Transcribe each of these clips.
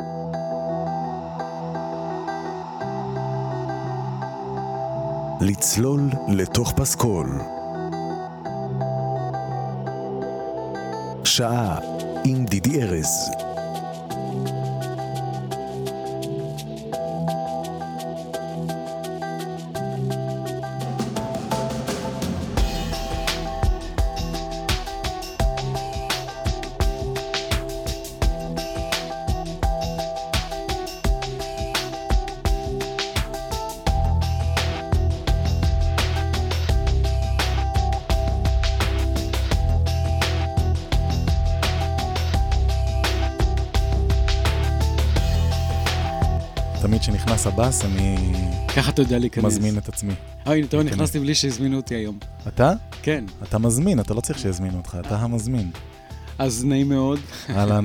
לצלול לתוך פסקול. שעה עם דידי ארז. תמיד שנכנס הבאס, אני ככה אתה יודע להיכנס. מזמין את עצמי. הנה, טוב, נכנסתי בלי שהזמינו אותי היום. אתה? כן. אתה מזמין, אתה לא צריך שיזמינו אותך, אתה המזמין. אז נעים מאוד. אהלן,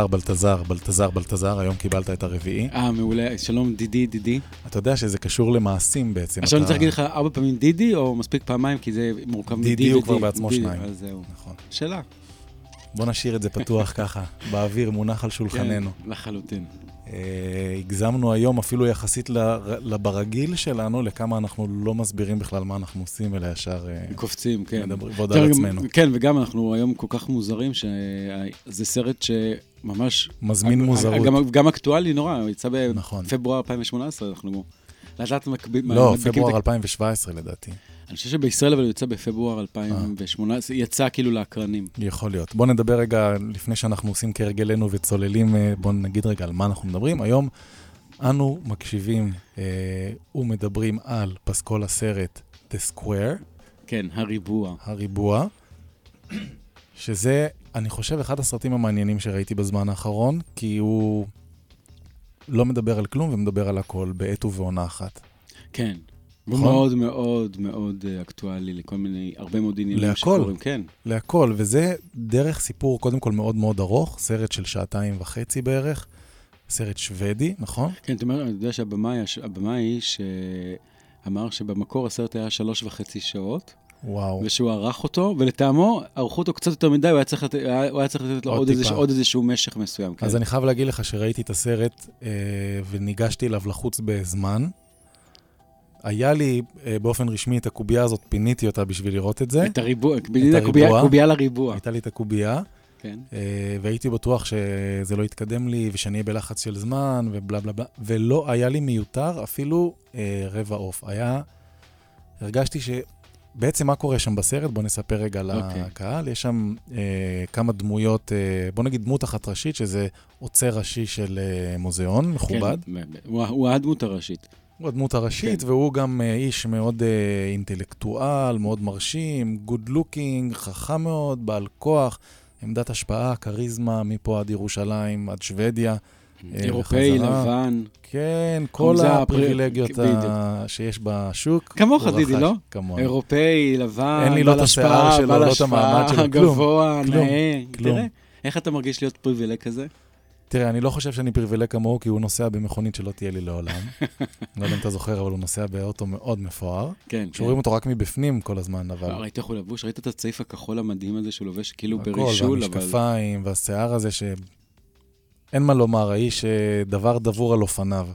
בלטזר, היום קיבלת את הרביעי. מעולה, שלום דידי. אתה יודע שזה קשור למעשים בעצם. עכשיו אני צריך להגיד לך 4 פעמים דידי, או מספיק פעמיים, כי זה מורכב מדידי דידי הוא כבר בעצמו 2. אז זהו. נכון. שאלה. בוא נשאיר את זה פתוח ככה, באוויר, מונח על שולחננו. כן, לחלוטין. הגזמנו היום אפילו יחסית ברגיל שלנו, לכמה אנחנו לא מסבירים בכלל מה אנחנו עושים, אלא ישר קופצים, כן. מדברים ועוד על עצמנו. כן, וגם אנחנו היום כל כך מוזרים, שזה סרט שממש... מזמין מוזרות. גם אקטואלי נורא, הוא יצא נכון. בפברואר 2018, אנחנו... לא, פברואר 2017 לדעתי. אני חושב שבישראל אבל הוא יצא בפברואר 2018, יצא כאילו להקרנים. יכול להיות. בוא נדבר רגע, לפני שאנחנו עושים כהרגלנו וצוללים, בוא נגיד רגע על מה אנחנו מדברים. היום אנו מקשיבים ומדברים על פסקול הסרט The Square. כן, הריבוע. שזה, אני חושב, אחד הסרטים המעניינים שראיתי בזמן האחרון, כי הוא לא מדבר על כלום ומדבר על הכל בעת ובעונה אחת. כן. הוא מאוד מאוד מאוד אקטואלי לכל מיני, הרבה מאוד עניינים שקורים, כן. להכל, וזה דרך סיפור קודם כל מאוד מאוד ארוך, סרט של 2.5 בערך, סרט שוודי, נכון? כן, אתה יודע שהבמאי שאמר שבמקור הסרט היה 3.5 שעות, וואו. ושהוא ערך אותו, ולטעמו ערכו אותו קצת יותר מדי, הוא היה צריך לתת לו עוד איזשהו משך מסוים. אז אני חייב להגיד לך שראיתי את הסרט וניגשתי אליו לחוץ בזמן, היה לי באופן רשמי את הקובייה הזאת, פיניתי אותה בשביל לראות את זה. את הריבוע, קובייה לריבוע. הייתה לי את הקובייה, כן. והייתי בטוח שזה לא יתקדם לי, ושאני אהיה בלחץ של זמן, ובלה בלה בלה, ולא היה לי מיותר אפילו רבע אוף. הרגשתי שבעצם מה קורה שם בסרט, בוא נספר רגע לקהל, יש שם כמה דמויות, בוא נגיד דמות אחת ראשית, שזה עוצר ראשי של מוזיאון, מכובד. כן, הוא הדמות הראשית. הוא הדמות הראשית, כן. והוא גם איש מאוד אינטלקטואל, מאוד מרשים, good looking, חכם מאוד, בעל כוח, עמדת השפעה, קריזמה, מפה עד ירושלים, עד שוודיה. אירופאי, לבן. כן, כל הפריבילגיות שיש בשוק. כמוך דידי, לא? כמוה. אירופאי, לבן, אין לי לא את השיער שלו, לא את המעמד שלו, גבוה, נאה. כלום. תראה, איך אתה מרגיש להיות פריבילג כזה? תראה, אני לא חושב שאני פריבילג כמוהו, כי הוא נוסע במכונית שלא תהיה לי לעולם. לא יודע אם אתה זוכר, אבל הוא נוסע באוטו מאוד מפואר. כן. שרואים אותו רק מבפנים כל הזמן, אבל... ראית איך הוא לבוש? ראית את הצעיף הכחול המדהים הזה שהוא לובש כאילו ברישול, אבל... והמשקפיים, והשיער הזה אין מה לומר, האיש דבר דבור על אופניו.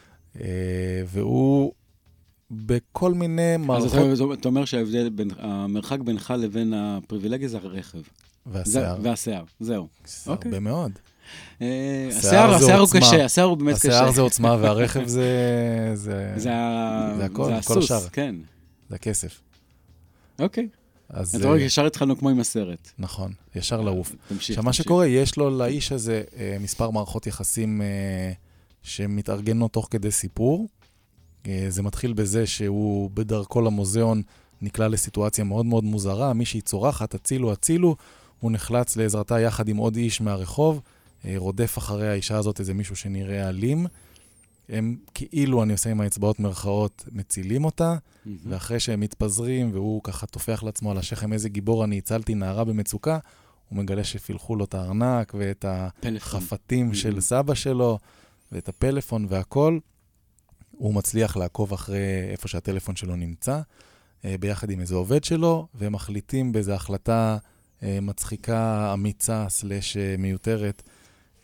והוא בכל מיני מערכות... אז אתה אומר שההבדל, המרחק בינך לבין הפריבילגיה זה הרכב. והשיער, זהו. הרבה מאוד. השיער הוא קשה, השיער הוא באמת קשה. השיער זה עוצמה, והרכב זה הכל, כל השאר. כן. זה הכסף. אוקיי. אתה רואה, ישר התחלנו כמו עם הסרט. נכון, ישר לעוף. עכשיו, מה שקורה, יש לו לאיש הזה מספר מערכות יחסים שמתארגנו תוך כדי סיפור. זה מתחיל בזה שהוא בדרכו למוזיאון נקלע לסיטואציה מאוד מאוד מוזרה, מישהי צורחת, הצילו, הוא נחלץ לעזרתה יחד עם עוד איש מהרחוב, רודף אחרי האישה הזאת איזה מישהו שנראה אלים, הם כאילו, אני עושה עם האצבעות מרכאות, מצילים אותה, ואחרי שהם מתפזרים, והוא ככה תופח לעצמו על השכם, איזה גיבור אני הצלתי נערה במצוקה, הוא מגלה שפילחו לו את הארנק, ואת החפתים של סבא שלו, ואת הפלאפון והכל, הוא מצליח לעקוב אחרי איפה שהטלפון שלו נמצא, ביחד עם איזה עובד שלו, והם מחליטים באיזו החלטה מצחיקה, אמיצה, סלש מיותרת,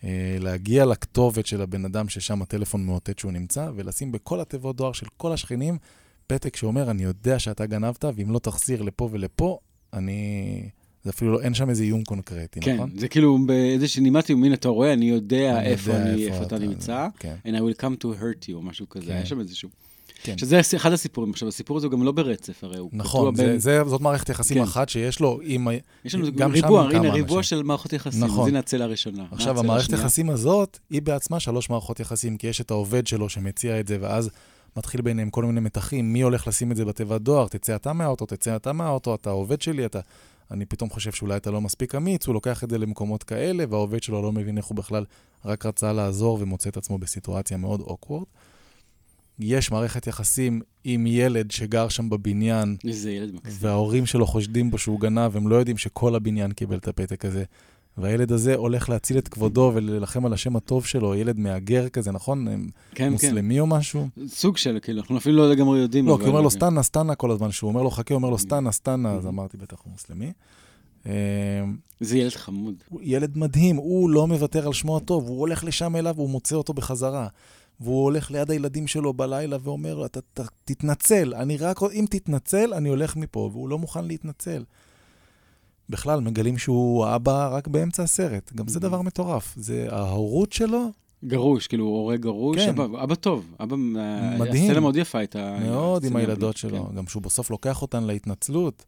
להגיע לכתובת של הבן אדם ששם הטלפון מאותת שהוא נמצא, ולשים בכל התיבות דואר של כל השכנים, פתק שאומר, אני יודע שאתה גנבת, ואם לא תחזיר לפה ולפה, זה אפילו לא, אין שם איזה איום קונקרטי, כן, נכון? כן, זה כאילו באיזושהי נימת איומין, אתה רואה, אני יודע איפה אתה נמצא, and I will come to hurt you, או משהו כזה, יש שם איזשהו. שזה אחד הסיפורים. עכשיו, הסיפור הזה הוא גם לא ברצף, הרי הוא נכון, זאת מערכת יחסים אחת שיש לו, יש לנו ריבוע של מערכות יחסים, אז הנה הצלע הראשונה. עכשיו, המערכת יחסים הזאת, היא בעצמה 3 מערכות יחסים, כי יש את העובד שלו שמציע את זה, ואז מתחיל ביניהם כל מיני מתחים, מי הולך לשים את זה בתיבת דואר, תצא אתה מהאוטו, אתה העובד שלי, אני פתאום חושב שאולי אתה לא מספיק אמיץ, הוא לוקח את זה למקומות כאלה, והעובד שלו לא מבין איך הוא בכלל רק רצה לעזור ומוצא את עצמו בסיטואציה מאוד awkward. יש מערכת יחסים עם ילד שגר שם בבניין, וההורים שלו חושדים בו שהוא גנב, הם לא יודעים שכל הבניין קיבל את הפתק הזה, והילד הזה הולך להציל את כבודו וללחם על השם הטוב שלו, ילד מאגר כזה, נכון? כן, מוסלמי או משהו? סוג של, כאילו, אנחנו אפילו לא לגמרי יודעים. לא, כי הוא אומר לו סטנה כל הזמן, שהוא אומר לו חכה, הוא אומר לו סטנה, אז אמרתי בטח הוא מוסלמי. זה ילד חמוד. ילד מדהים, הוא לא מוותר על שמו הטוב, הוא הולך לשם אליו והוא מוצא אותו בחזרה. והוא הולך ליד הילדים שלו בלילה ואומר לו, תתנצל, אם תתנצל, אני הולך מפה, והוא לא מוכן להתנצל. בכלל, מגלים שהוא האבא רק באמצע הסרט. גם זה דבר מטורף. זה ההורות שלו. גרוש, כאילו הוא הורה גרוש. כן. אבא טוב. אבא מדהים. הסצנה מאוד יפה הייתה. מאוד עם הילדות שלו. גם שהוא בסוף לוקח אותן להתנצלות.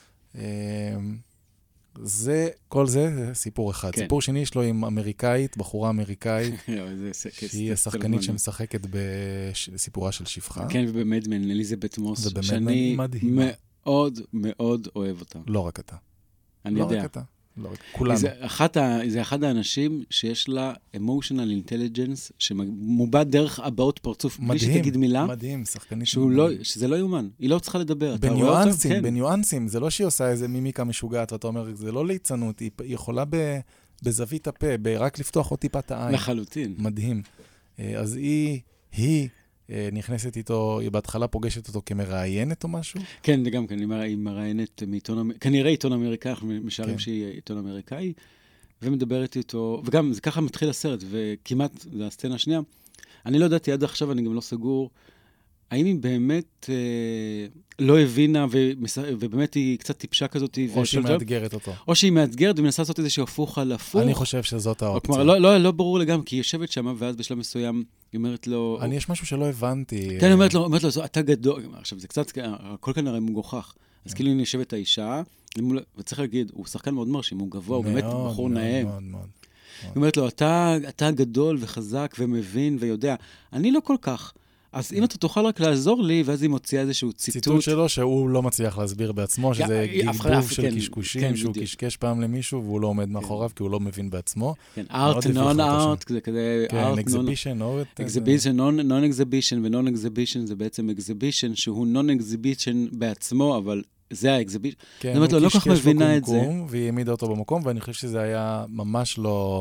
כל זה סיפור אחד. כן. סיפור שני שלו עם אמריקאית, בחורה אמריקאית, שהיא השחקנית שמשחקת בסיפורה של שפחה. כן, ובמדמן, אליזבת מוס, שאני מאוד מאוד אוהב אותה. לא רק אתה. אני יודע. לא רק אתה. כולנו. זה אחד האנשים שיש לה emotional intelligence, שמובע דרך הבעות פרצוף, בלי שתגיד מילה. מדהים, שחקנית. שזה לא יומן, היא לא צריכה לדבר. בניואנסים, זה לא שהיא עושה איזה מימיקה משוגעת, ואתה אומר, זה לא ליצנות, היא יכולה בזווית הפה, רק לפתוח עוד טיפת העין. לחלוטין. מדהים. אז היא נכנסת איתו, היא בהתחלה פוגשת אותו כמראיינת או משהו? כן, גם כן, היא מראיינת מעיתון, כנראה עיתון אמריקאי, אנחנו משערים שהיא עיתון אמריקאי, ומדברת איתו, וגם זה ככה מתחיל הסרט, וכמעט, זה הסצנה השנייה, אני לא ידעתי עד עכשיו, אני גם לא סגור, האם היא באמת לא הבינה, ובאמת היא קצת טיפשה כזאת, או שהיא מאתגרת אותו. או שהיא מאתגרת, ומנסה לעשות איזשהו הפוך על הפוך. אני חושב שזאת האופציה. כלומר, לא ברור לגמרי, כי היא יושבת שם, ואז בשלב מסוים, היא אומרת לו... יש משהו שלא הבנתי. כן, היא אומרת לו, אתה גדול. עכשיו, זה קצת, הכל כאן הרי מגוחך. אז כאילו היא יושבת האישה, וצריך להגיד, הוא שחקן מאוד מרשים, הוא גבוה, הוא באמת בחור נאה. מאוד, מאוד. היא אומרת לו, אתה גדול וחזק ומבין ויודע. אני לא כל כך. אז אם אתה תוכל רק לעזור לי, ואז היא מוציאה איזשהו ציטוט שלו שהוא לא מצליח להסביר בעצמו, שזה גלבוב של קשקושים, שהוא קשקש פעם למישהו, והוא לא עומד מאחוריו, כי הוא לא מבין בעצמו. כן, ארט, נון-ארט, זה כזה... כן, אקזיבישן, נון-אקזיבישן, ונון-אקזיבישן זה בעצם אקזיבישן, שהוא נון-אקזיבישן בעצמו, אבל זה האקזיבישן. כן, הוא קשקש בקומקום, והיא העמידה אותו במקום, ואני חושב שזה היה ממש לא...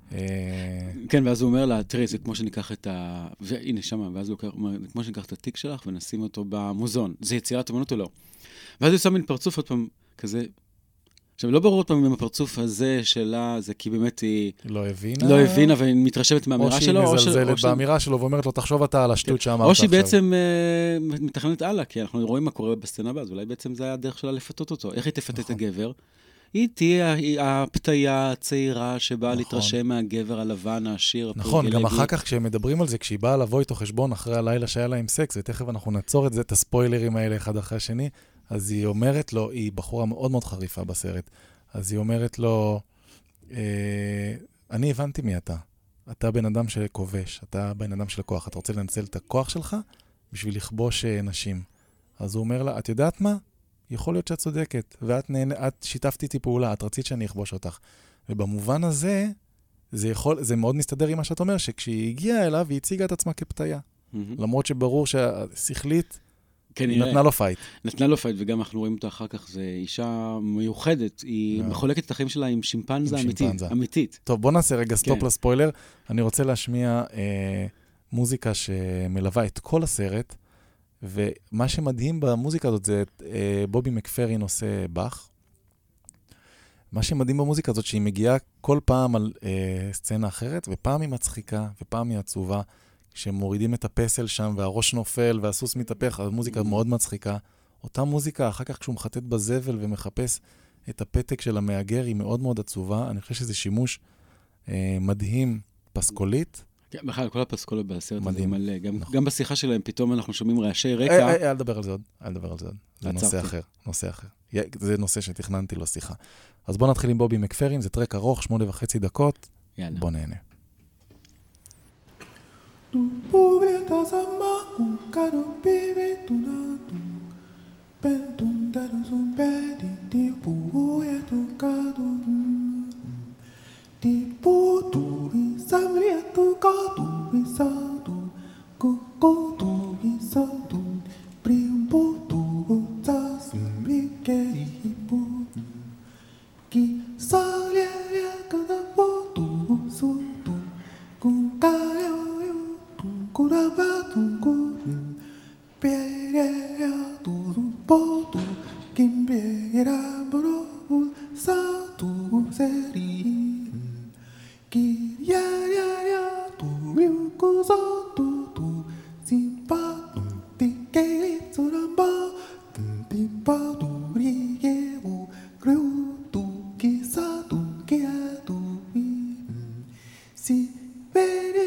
כן, ואז הוא אומר לה, תראי, זה כמו שניקח את והנה שמה, ואז הוא אומר, כמו שניקח את התיק שלך ונשים אותו במוזון. זה יצירת אמנות או לא? ואז הוא שם מין פרצוף עוד פעם כזה, עכשיו, לא ברור עוד פעם אם הפרצוף הזה שלה, זה כי באמת היא... לא הבינה. לא הבינה ומתרשבת מהאמירה שלו. או שהיא מזלזלת באמירה שלו ואומרת לו, תחשוב אתה על השטות שאמרת עכשיו. או שהיא בעצם מתכננת הלאה, כי אנחנו רואים מה קורה בסצנה הבאה, אז אולי בעצם זה היה הדרך שלה לפתות אותו. איך היא תפתה את הגבר? היא תהיה הפתיה הצעירה שבאה להתרשם מהגבר הלבן, העשיר, נכון, גם אחר כך כשהם מדברים על זה, כשהיא באה לבוא איתו חשבון אחרי הלילה שהיה לה עם סקס, ותכף אנחנו נעצור את זה, את הספוילרים האלה אחד אחרי השני, אז היא אומרת לו, היא בחורה מאוד מאוד חריפה בסרט, אז היא אומרת לו, אני הבנתי מי אתה. אתה בן אדם שכובש, אתה בן אדם של כוח, אתה רוצה לנצל את הכוח שלך בשביל לכבוש נשים. אז הוא אומר לה, את יודעת מה? יכול להיות שאת צודקת, ואת שיתפת איתי פעולה, את רצית שאני אכבוש אותך. ובמובן הזה, זה מאוד מסתדר עם מה שאת אומר, שכשהיא הגיעה אליו, היא הציגה את עצמה כפתיה. למרות שברור שהשכלית נתנה לו פייט. נתנה לו פייט, וגם אנחנו רואים אותה אחר כך, זו אישה מיוחדת, היא מחולקת את החיים שלה עם שימפנזה אמיתית. טוב, בוא נעשה רגע סטופ לספוילר. אני רוצה להשמיע מוזיקה שמלווה את כל הסרט, ומה שמדהים במוזיקה הזאת זה בובי מקפרין עושה באך, מה שמדהים במוזיקה הזאת, שהיא מגיעה כל פעם על סצנה אחרת, ופעם היא מצחיקה, ופעם היא עצובה, כשמורידים את הפסל שם, והראש נופל, והסוס מתהפך, המוזיקה מאוד מצחיקה. אותה מוזיקה, אחר כך כשהוא מחטט בזבל ומחפש את הפתק של המאגר, היא מאוד מאוד עצובה. אני חושב שזה שימוש מדהים, פסקולית. כן, בכלל, כל הפסקולות בסרט הזה מדהים. מלא. גם בשיחה שלהם, פתאום אנחנו שומעים רעשי רקע. אל תדבר על זה עוד, זה נושא אחר. זה נושא שתכננתי לו שיחה. אז בוא נתחיל עם בובי מקפרין, זה טרק ארוך, 8.5 דקות. יאללה. בוא נהנה. Tu pobreza sama un caro pibe tu na tu pentum daru sun pedi ti puya tu kadu ti pu tu vi samria tu ka tu vi sa tu ko tu vi sa tu prim pu tu ta sun vi ke pu ki salia ya kada pu tu su tu kun ka curava tu cor peria tu po tu kimbera bro sa tu seri ki ya tu riu ko sa tu si pa tu ti ke suramba ti pa tu ri ke u riu tu ki sa tu ke tu si vere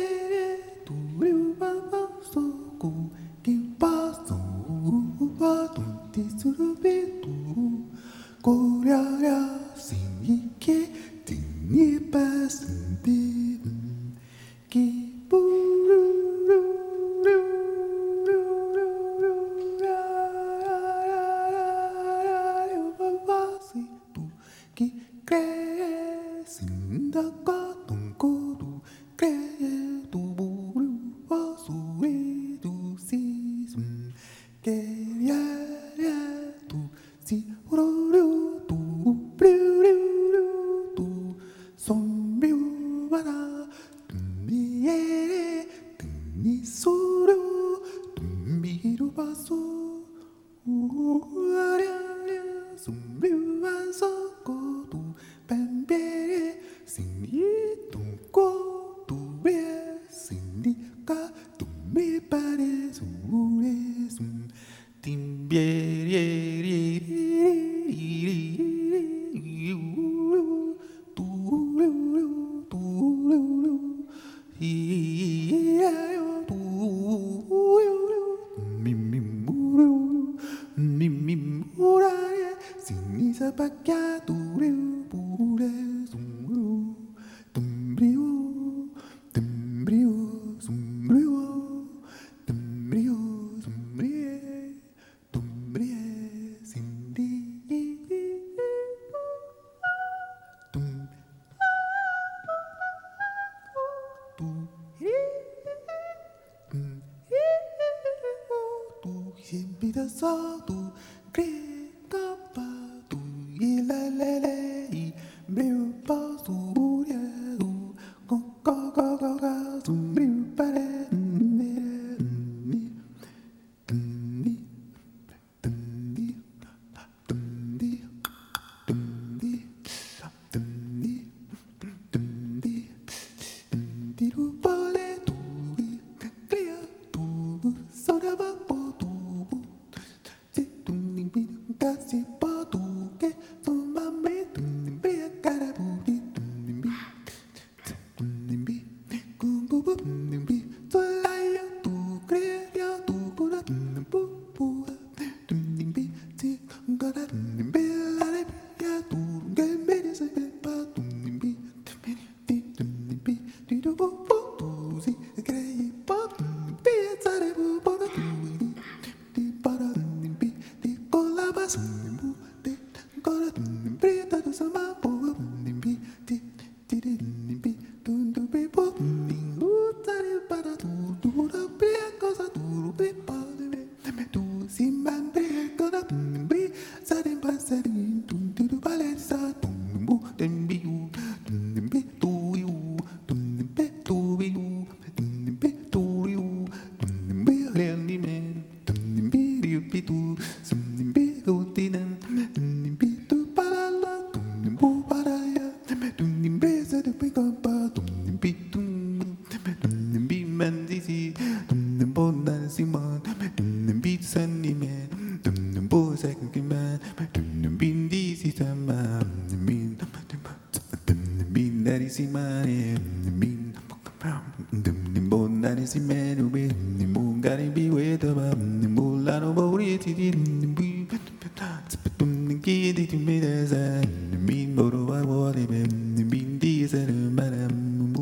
Dum dum bon da Simon, dum beat Sunny man, dum bo second man, dum bin disi sama, bin bin daddy Simon, bin dum bon daddy Simon, bin bon gotta be with the bon la no body dum be dum kid it me as a bin boro wa bin dis and madam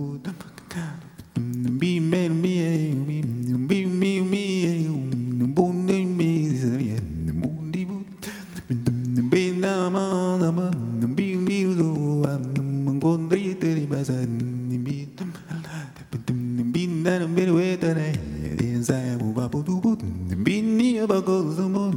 be man me be me bon me mundi be na ma be me go am gon ri te basan be bin na be we ta ne inside bu ba bu bu bin ni ba go so mon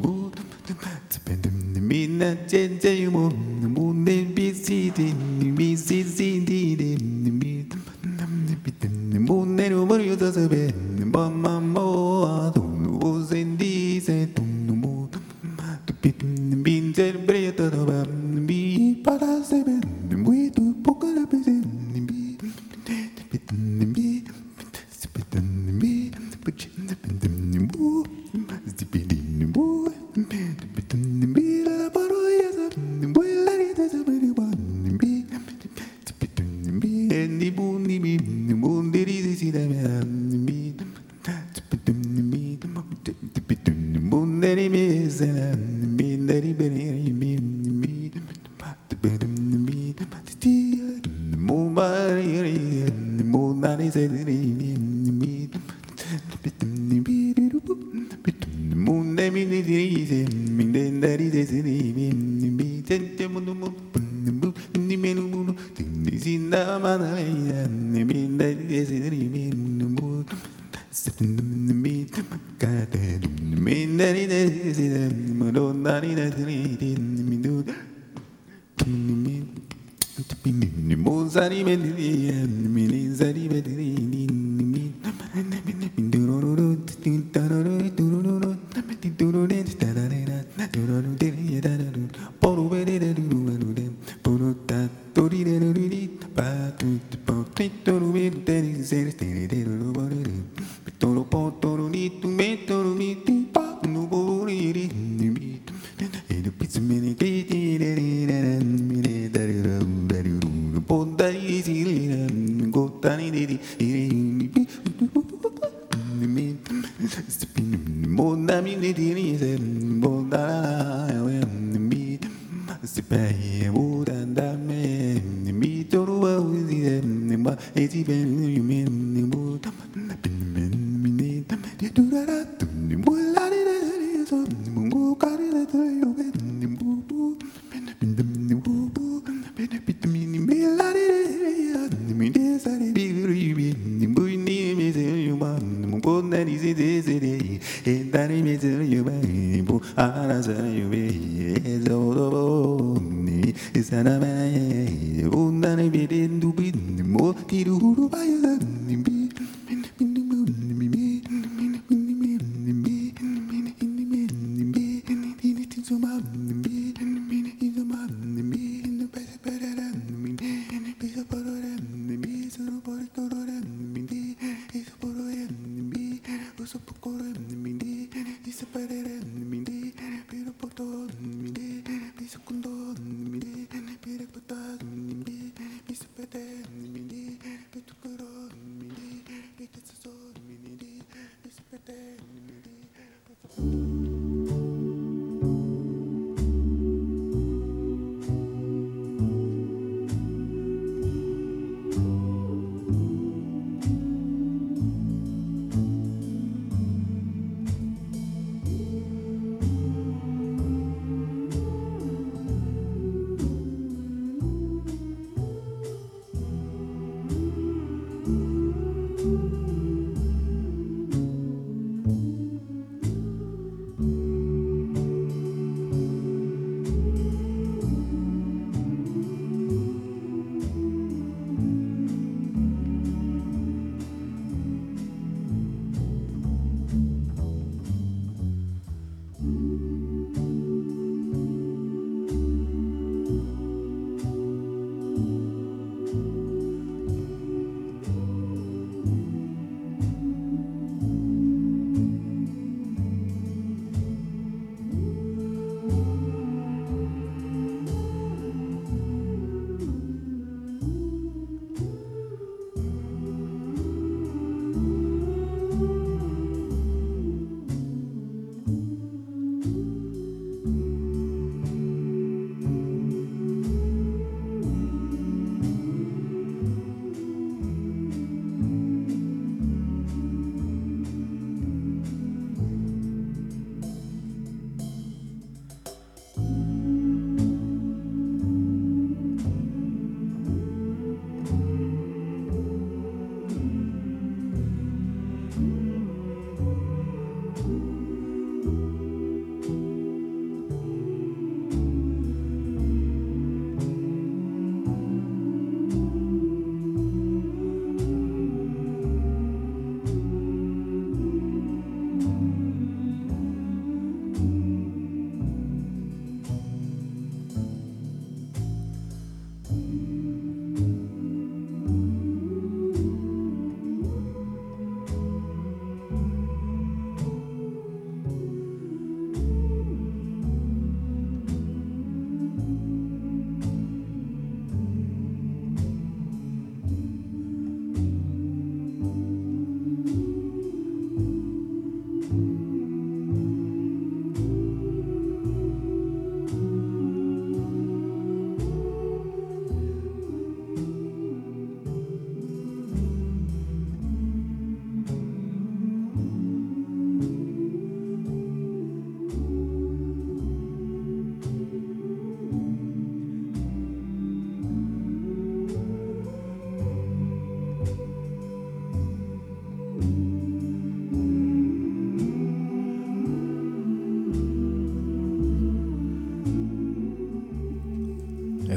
bin na chen che mo mon de bi si ti bi si si di de bi mon ne no mo yo ta se be ba ma mo tu no sen di se tu no mo tu bin se bre ta ba bi para se be muy tu poca la be se bi bi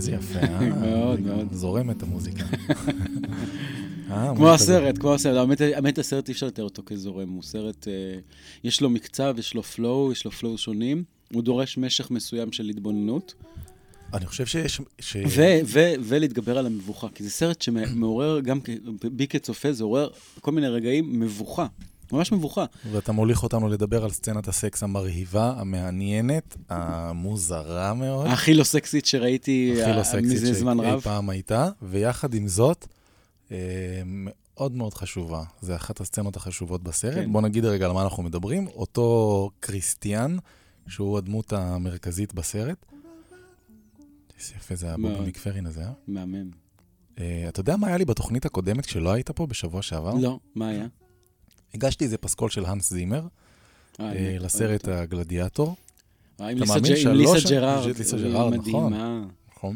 איזה יפה, מאוד, מאוד. זורמת המוזיקה. כמו הסרט, האמת הסרט אי אפשר לתאר אותו כזורם, הוא סרט, יש לו מקצב, יש לו פלואו שונים, הוא דורש משך מסוים של התבוננות. אני חושב שיש... ולהתגבר על המבוכה, כי זה סרט שמעורר גם בי כצופה, זה עורר כל מיני רגעים מבוכה, ממש מבוכה. ואתה מוליך אותנו לדבר על סצנת הסקס המרהיבה, המעניינת, המוזרה מאוד. הכי לא סקסית שראיתי מזה זמן רב. אי פעם הייתה, ויחד עם זאת, מאוד מאוד חשובה. זה אחת הסצנות החשובות בסרט. כן. בוא נגיד רגע על מה אנחנו מדברים. אותו קריסטיאן, שהוא הדמות המרכזית בסרט. יפה, זה הבובה מקפרין הזה, מהמם. אתה יודע מה היה לי בתוכנית הקודמת כשלא היית פה בשבוע שעבר? לא, מה היה? הגשתי איזה פסקול של הנס זימר, לסרט הגלדיאטור. עם ליסה ג'רארד, נכון.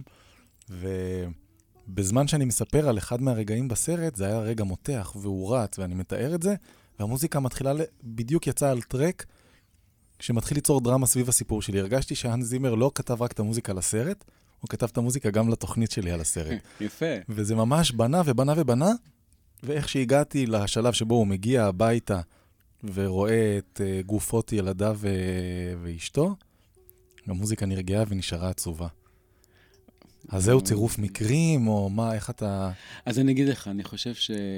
ובזמן שאני מספר על אחד מהרגעים בסרט, זה היה רגע מותח והוא רץ, ואני מתאר את זה, והמוזיקה מתחילה, בדיוק יצאה על טרק, שמתחיל ליצור דרמה סביב הסיפור שלי. הרגשתי שהנס זימר לא כתב רק את המוזיקה לסרט, הוא כתב את המוזיקה גם לתוכנית שלי על הסרט. יפה. וזה ממש בנה ובנה ובנה, ואיך שהגעתי לשלב שבו הוא מגיע הביתה ורואה את גופות ילדיו ואשתו, המוזיקה נרגעה ונשארה עצובה. אז זהו צירוף מקרים, או מה, איך אתה... אז אני אגיד לך, אני חושב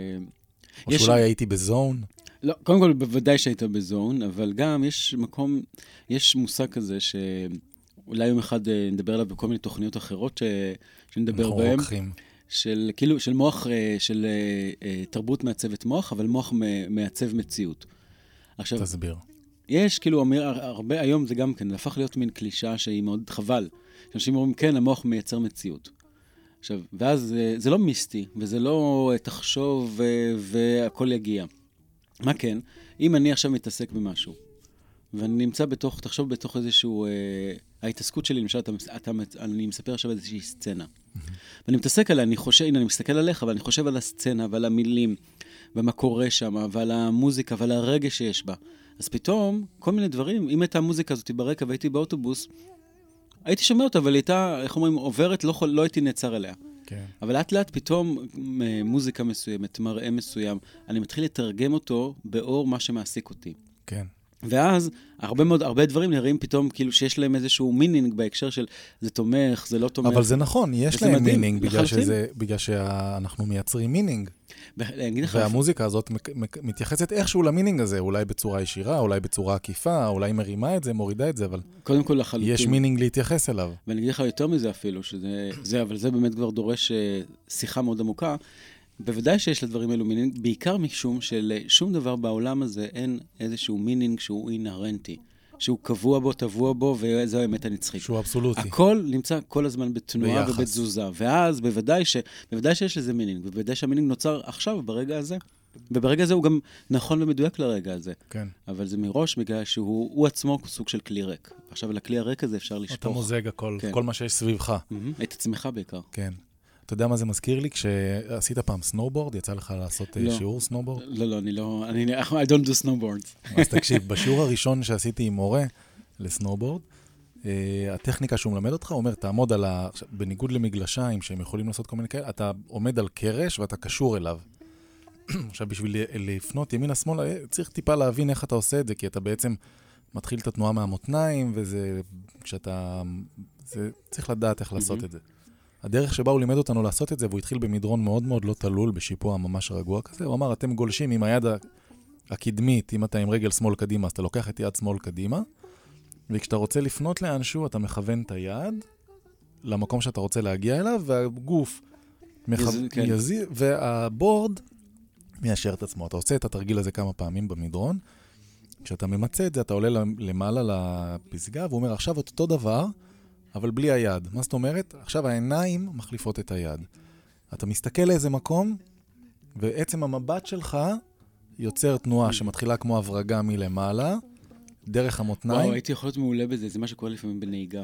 או שאולי הייתי בזון. לא, קודם כל בוודאי שהיית בזון, אבל גם יש מקום, יש מושג כזה שאולי יום אחד נדבר עליו בכל מיני תוכניות אחרות שנדבר בהן. אנחנו רוקחים. של מוח, של תרבות מעצבת מוח, אבל מוח מעצב מציאות. עכשיו, תסביר. יש כאילו, הרבה היום זה גם כן, הפך להיות מין קלישה שהיא מאוד חבל. אנשים אומרים, כן, המוח מייצר מציאות. עכשיו, ואז זה לא מיסטי, וזה לא תחשוב והכל יגיע. מה כן? אם אני עכשיו מתעסק במשהו, ואני נמצא בתוך, תחשוב בתוך איזשהו, ההתעסקות שלי, למשל, אני מספר עכשיו איזושהי סצנה. ואני מתעסק עליה, אני מסתכל עליך, ואני חושב על הסצנה, ועל המילים, ומה קורה שם, ועל המוזיקה, ועל הרגש שיש בה. אז פתאום, כל מיני דברים, אם הייתה המוזיקה הזאת ברקע, והייתי באוטובוס, הייתי שומע אותה, אבל הייתה, איך אומרים, עוברת, לא הייתי נעצר עליה. כן. אבל לאט לאט פתאום מוזיקה מסוימת, מראה מסוים, אני מתחיל לתרגם אותו באור מה שמעסיק אותי. כן. ואז הרבה דברים נראים פתאום כאילו שיש להם איזשהו מינינג בהקשר של זה תומך, זה לא תומך. אבל זה נכון, יש להם מינינג בגלל שאנחנו מייצרים מינינג. והמוזיקה הזאת מתייחסת איכשהו למינינג הזה, אולי בצורה ישירה, אולי בצורה עקיפה, אולי מרימה את זה, מורידה את זה, אבל קודם כל לחלוטין. יש מינינג להתייחס אליו. ואני אגיד לך יותר מזה אפילו, אבל זה באמת כבר דורש שיחה מאוד עמוקה. בוודאי שיש לדברים האלו מינינג, בעיקר משום שלשום דבר בעולם הזה אין איזשהו מינינג שהוא אינהרנטי, שהוא קבוע בו, טבוע בו, וזו האמת הנצחית. שהוא אבסולוטי. הכל נמצא כל הזמן בתנועה ובתזוזה, ואז בוודאי שיש לזה מינינג, ובוודאי שהמינינג נוצר עכשיו, ברגע הזה, וברגע הזה הוא גם נכון ומדויק לרגע הזה. כן. אבל זה מראש בגלל שהוא עצמו סוג של כלי ריק. עכשיו, על הכלי הריק הזה אפשר לשפוך. אתה מוזג הכל, כל מה שיש סביבך. את עצמך בעיקר. כן. אתה יודע מה זה מזכיר לי? כשעשית פעם סנובורד, יצא לך לעשות שיעור סנובורד? לא, I don't do snowboards. אז תקשיב, בשיעור הראשון שעשיתי עם מורה לסנובורד, הטכניקה שהוא מלמד אותך, הוא אומר, תעמוד על בניגוד למגלשיים שהם יכולים לעשות כל מיני כאלה, אתה עומד על קרש ואתה קשור אליו. עכשיו, בשביל לפנות ימינה שמאלה, צריך טיפה להבין איך אתה עושה את זה, כי אתה בעצם מתחיל את התנועה מהמותניים, וזה, צריך לדעת איך לעשות את זה. הדרך שבה הוא לימד אותנו לעשות את זה, והוא התחיל במדרון מאוד מאוד לא תלול, בשיפוע ממש רגוע כזה, הוא אמר, אתם גולשים עם היד הקדמית, אם אתה עם רגל שמאל קדימה, אז אתה לוקח את יד שמאל קדימה, וכשאתה רוצה לפנות לאנשהו, אתה מכוון את היד למקום שאתה רוצה להגיע אליו, והגוף יזיר, והבורד מיישר את עצמו. אתה עושה את התרגיל הזה כמה פעמים במדרון, כשאתה ממצא את זה, אתה עולה למעלה לפסגה, והוא אומר, עכשיו אותו דבר, אבל בלי היד. מה זאת אומרת? עכשיו העיניים מחליפות את היד. אתה מסתכל לאיזה מקום, ועצם המבט שלך יוצר תנועה שמתחילה כמו הברגה מלמעלה, דרך המותניים. וואו, הייתי יכול להיות מעולה בזה, זה מה שקורה לפעמים בנהיגה.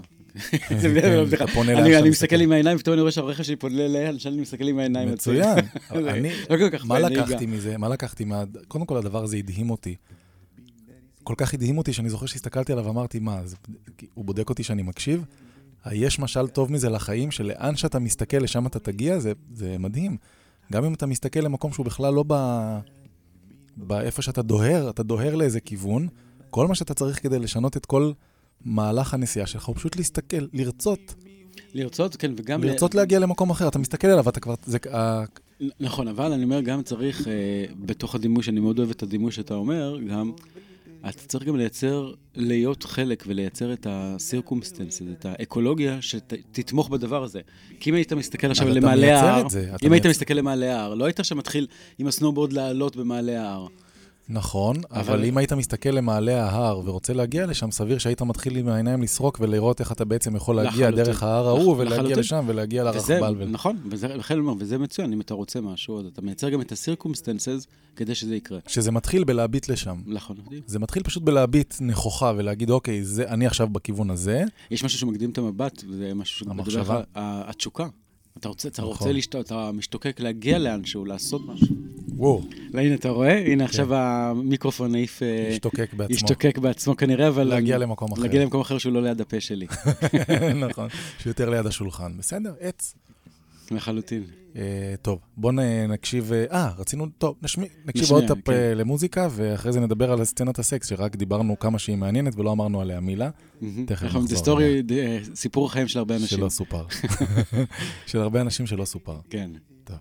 אני מסתכל עם העיניים, ופתאום אני רואה שהרכב שלי פונה אליי, אני מסתכל עם העיניים. מצוין. מה לקחתי מזה? קודם כל הדבר הזה הדהים אותי. כל כך הדהים אותי שאני זוכר שהסתכלתי עליו ואמרתי, מה, הוא בודק אותי שאני מקשיב? יש משל טוב מזה לחיים, שלאן שאתה מסתכל, לשם אתה תגיע, זה מדהים. גם אם אתה מסתכל למקום שהוא בכלל לא באיפה שאתה דוהר, אתה דוהר לאיזה כיוון, כל מה שאתה צריך כדי לשנות את כל מהלך הנסיעה שלך, הוא פשוט להסתכל, לרצות, כן, וגם... לרצות להגיע למקום אחר, אתה מסתכל עליו, אתה כבר... נכון, אבל אני אומר, גם צריך, בתוך הדימוי, שאני מאוד אוהב את הדימוי שאתה אומר, גם, אתה צריך גם להיות חלק ולייצר את הסירקומסטנס, את האקולוגיה שתתמוך בדבר הזה. כי אם היית מסתכל עכשיו למעלה ההר, אם היית מסתכל למעלה ההר, לא היית שמתחיל עם הסנובורד לעלות במעלה ההר. נכון, אבל אם היית מסתכל למעלה ההר ורוצה להגיע לשם, סביר שהיית מתחיל עם העיניים לסרוק ולראות איך אתה בעצם יכול להגיע דרך ההר ההוא ולהגיע לשם ולהגיע לרחבל. נכון, וזה מצוין, אם אתה רוצה משהו, אתה מייצר גם את הסירקומסטנסס כדי שזה יקרה. שזה מתחיל בלהביט לשם. נכון. זה מתחיל פשוט בלהביט נכוחה ולהגיד, אוקיי, אני עכשיו בכיוון הזה. יש משהו שמקדים את המבט, וזה משהו שמדבר על התשוקה. אתה רוצה אתה משתוקק להגיע לאנשהו, לעשות משהו. וואו. והנה, אתה רואה? הנה, עכשיו המיקרופון העיף... ישתוקק בעצמו כנראה, אבל... להגיע למקום אחר. להגיע למקום אחר שהוא לא ליד הפה שלי. נכון, שהוא יותר ליד השולחן. בסדר, עץ. לחלוטין. טוב, בואו נקשיב... רצינו... טוב, נקשיב עוד טאפ למוזיקה, ואחרי זה נדבר על סצנת הסקס, שרק דיברנו כמה שהיא מעניינת, ולא אמרנו עליה מילה. תכף נחזור. סיפור החיים של הרבה אנשים. שלא סופר. של הרבה אנשים שלא סופר. כן. טוב.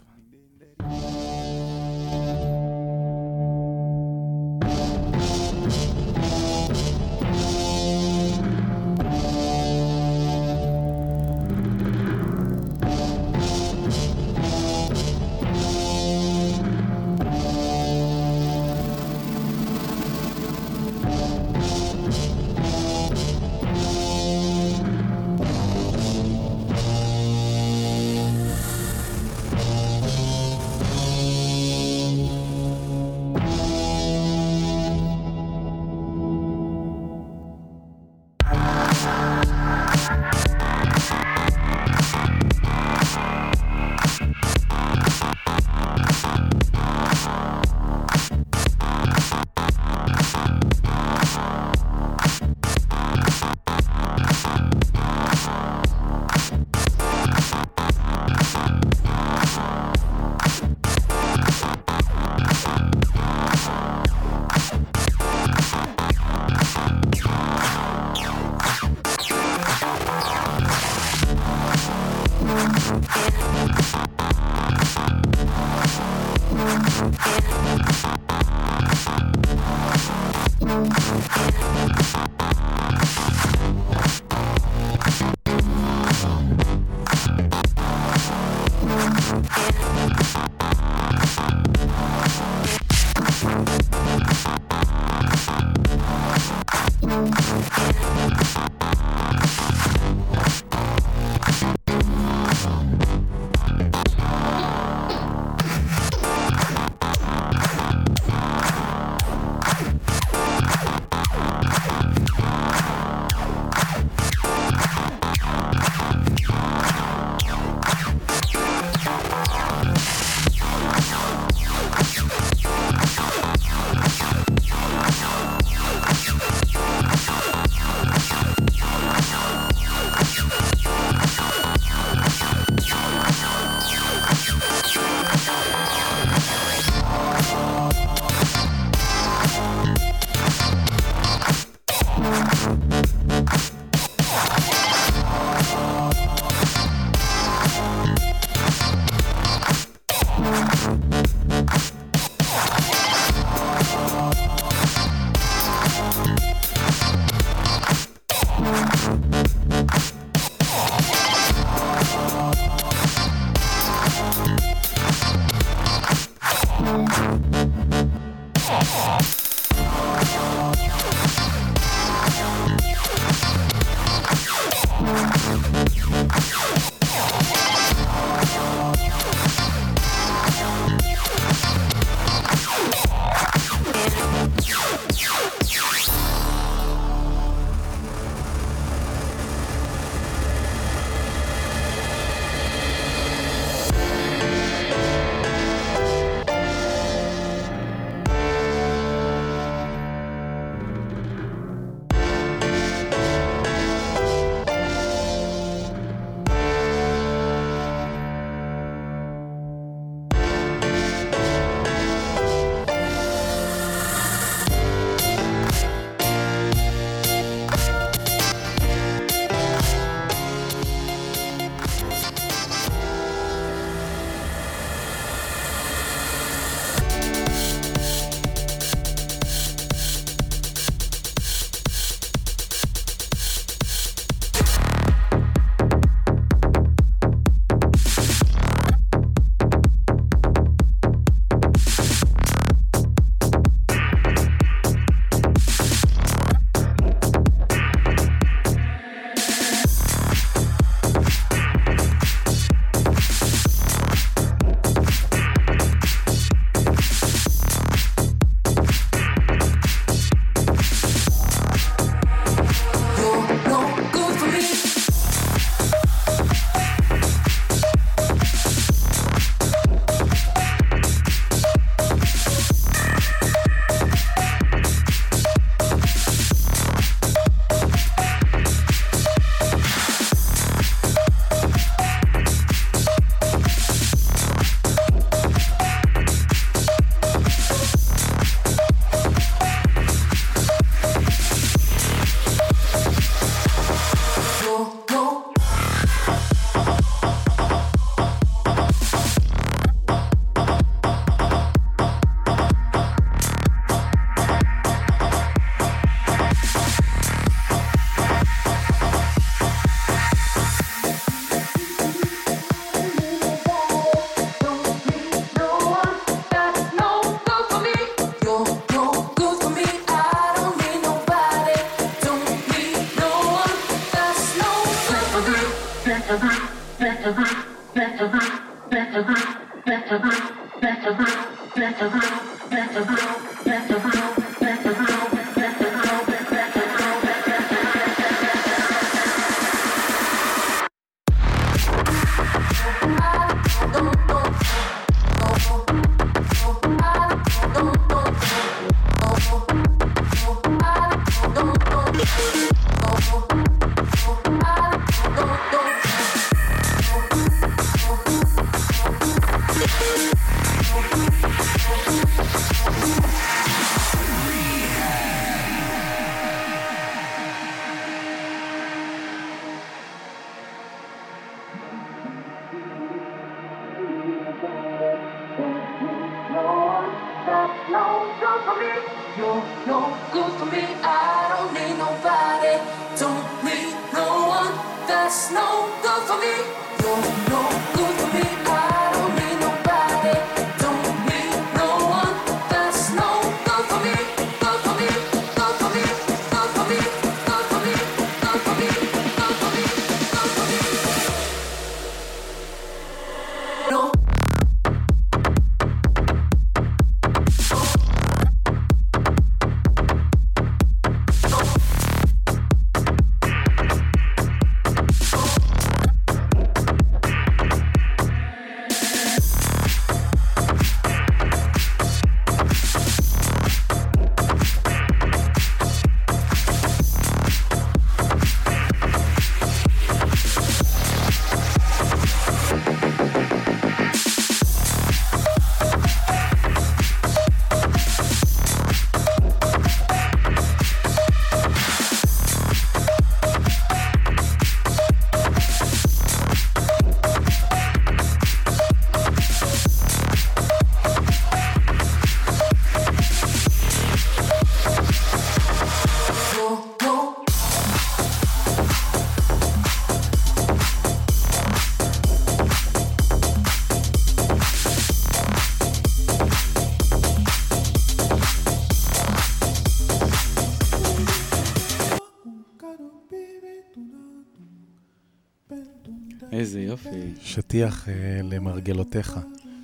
איזה יופי. שטיח למרגלותיך.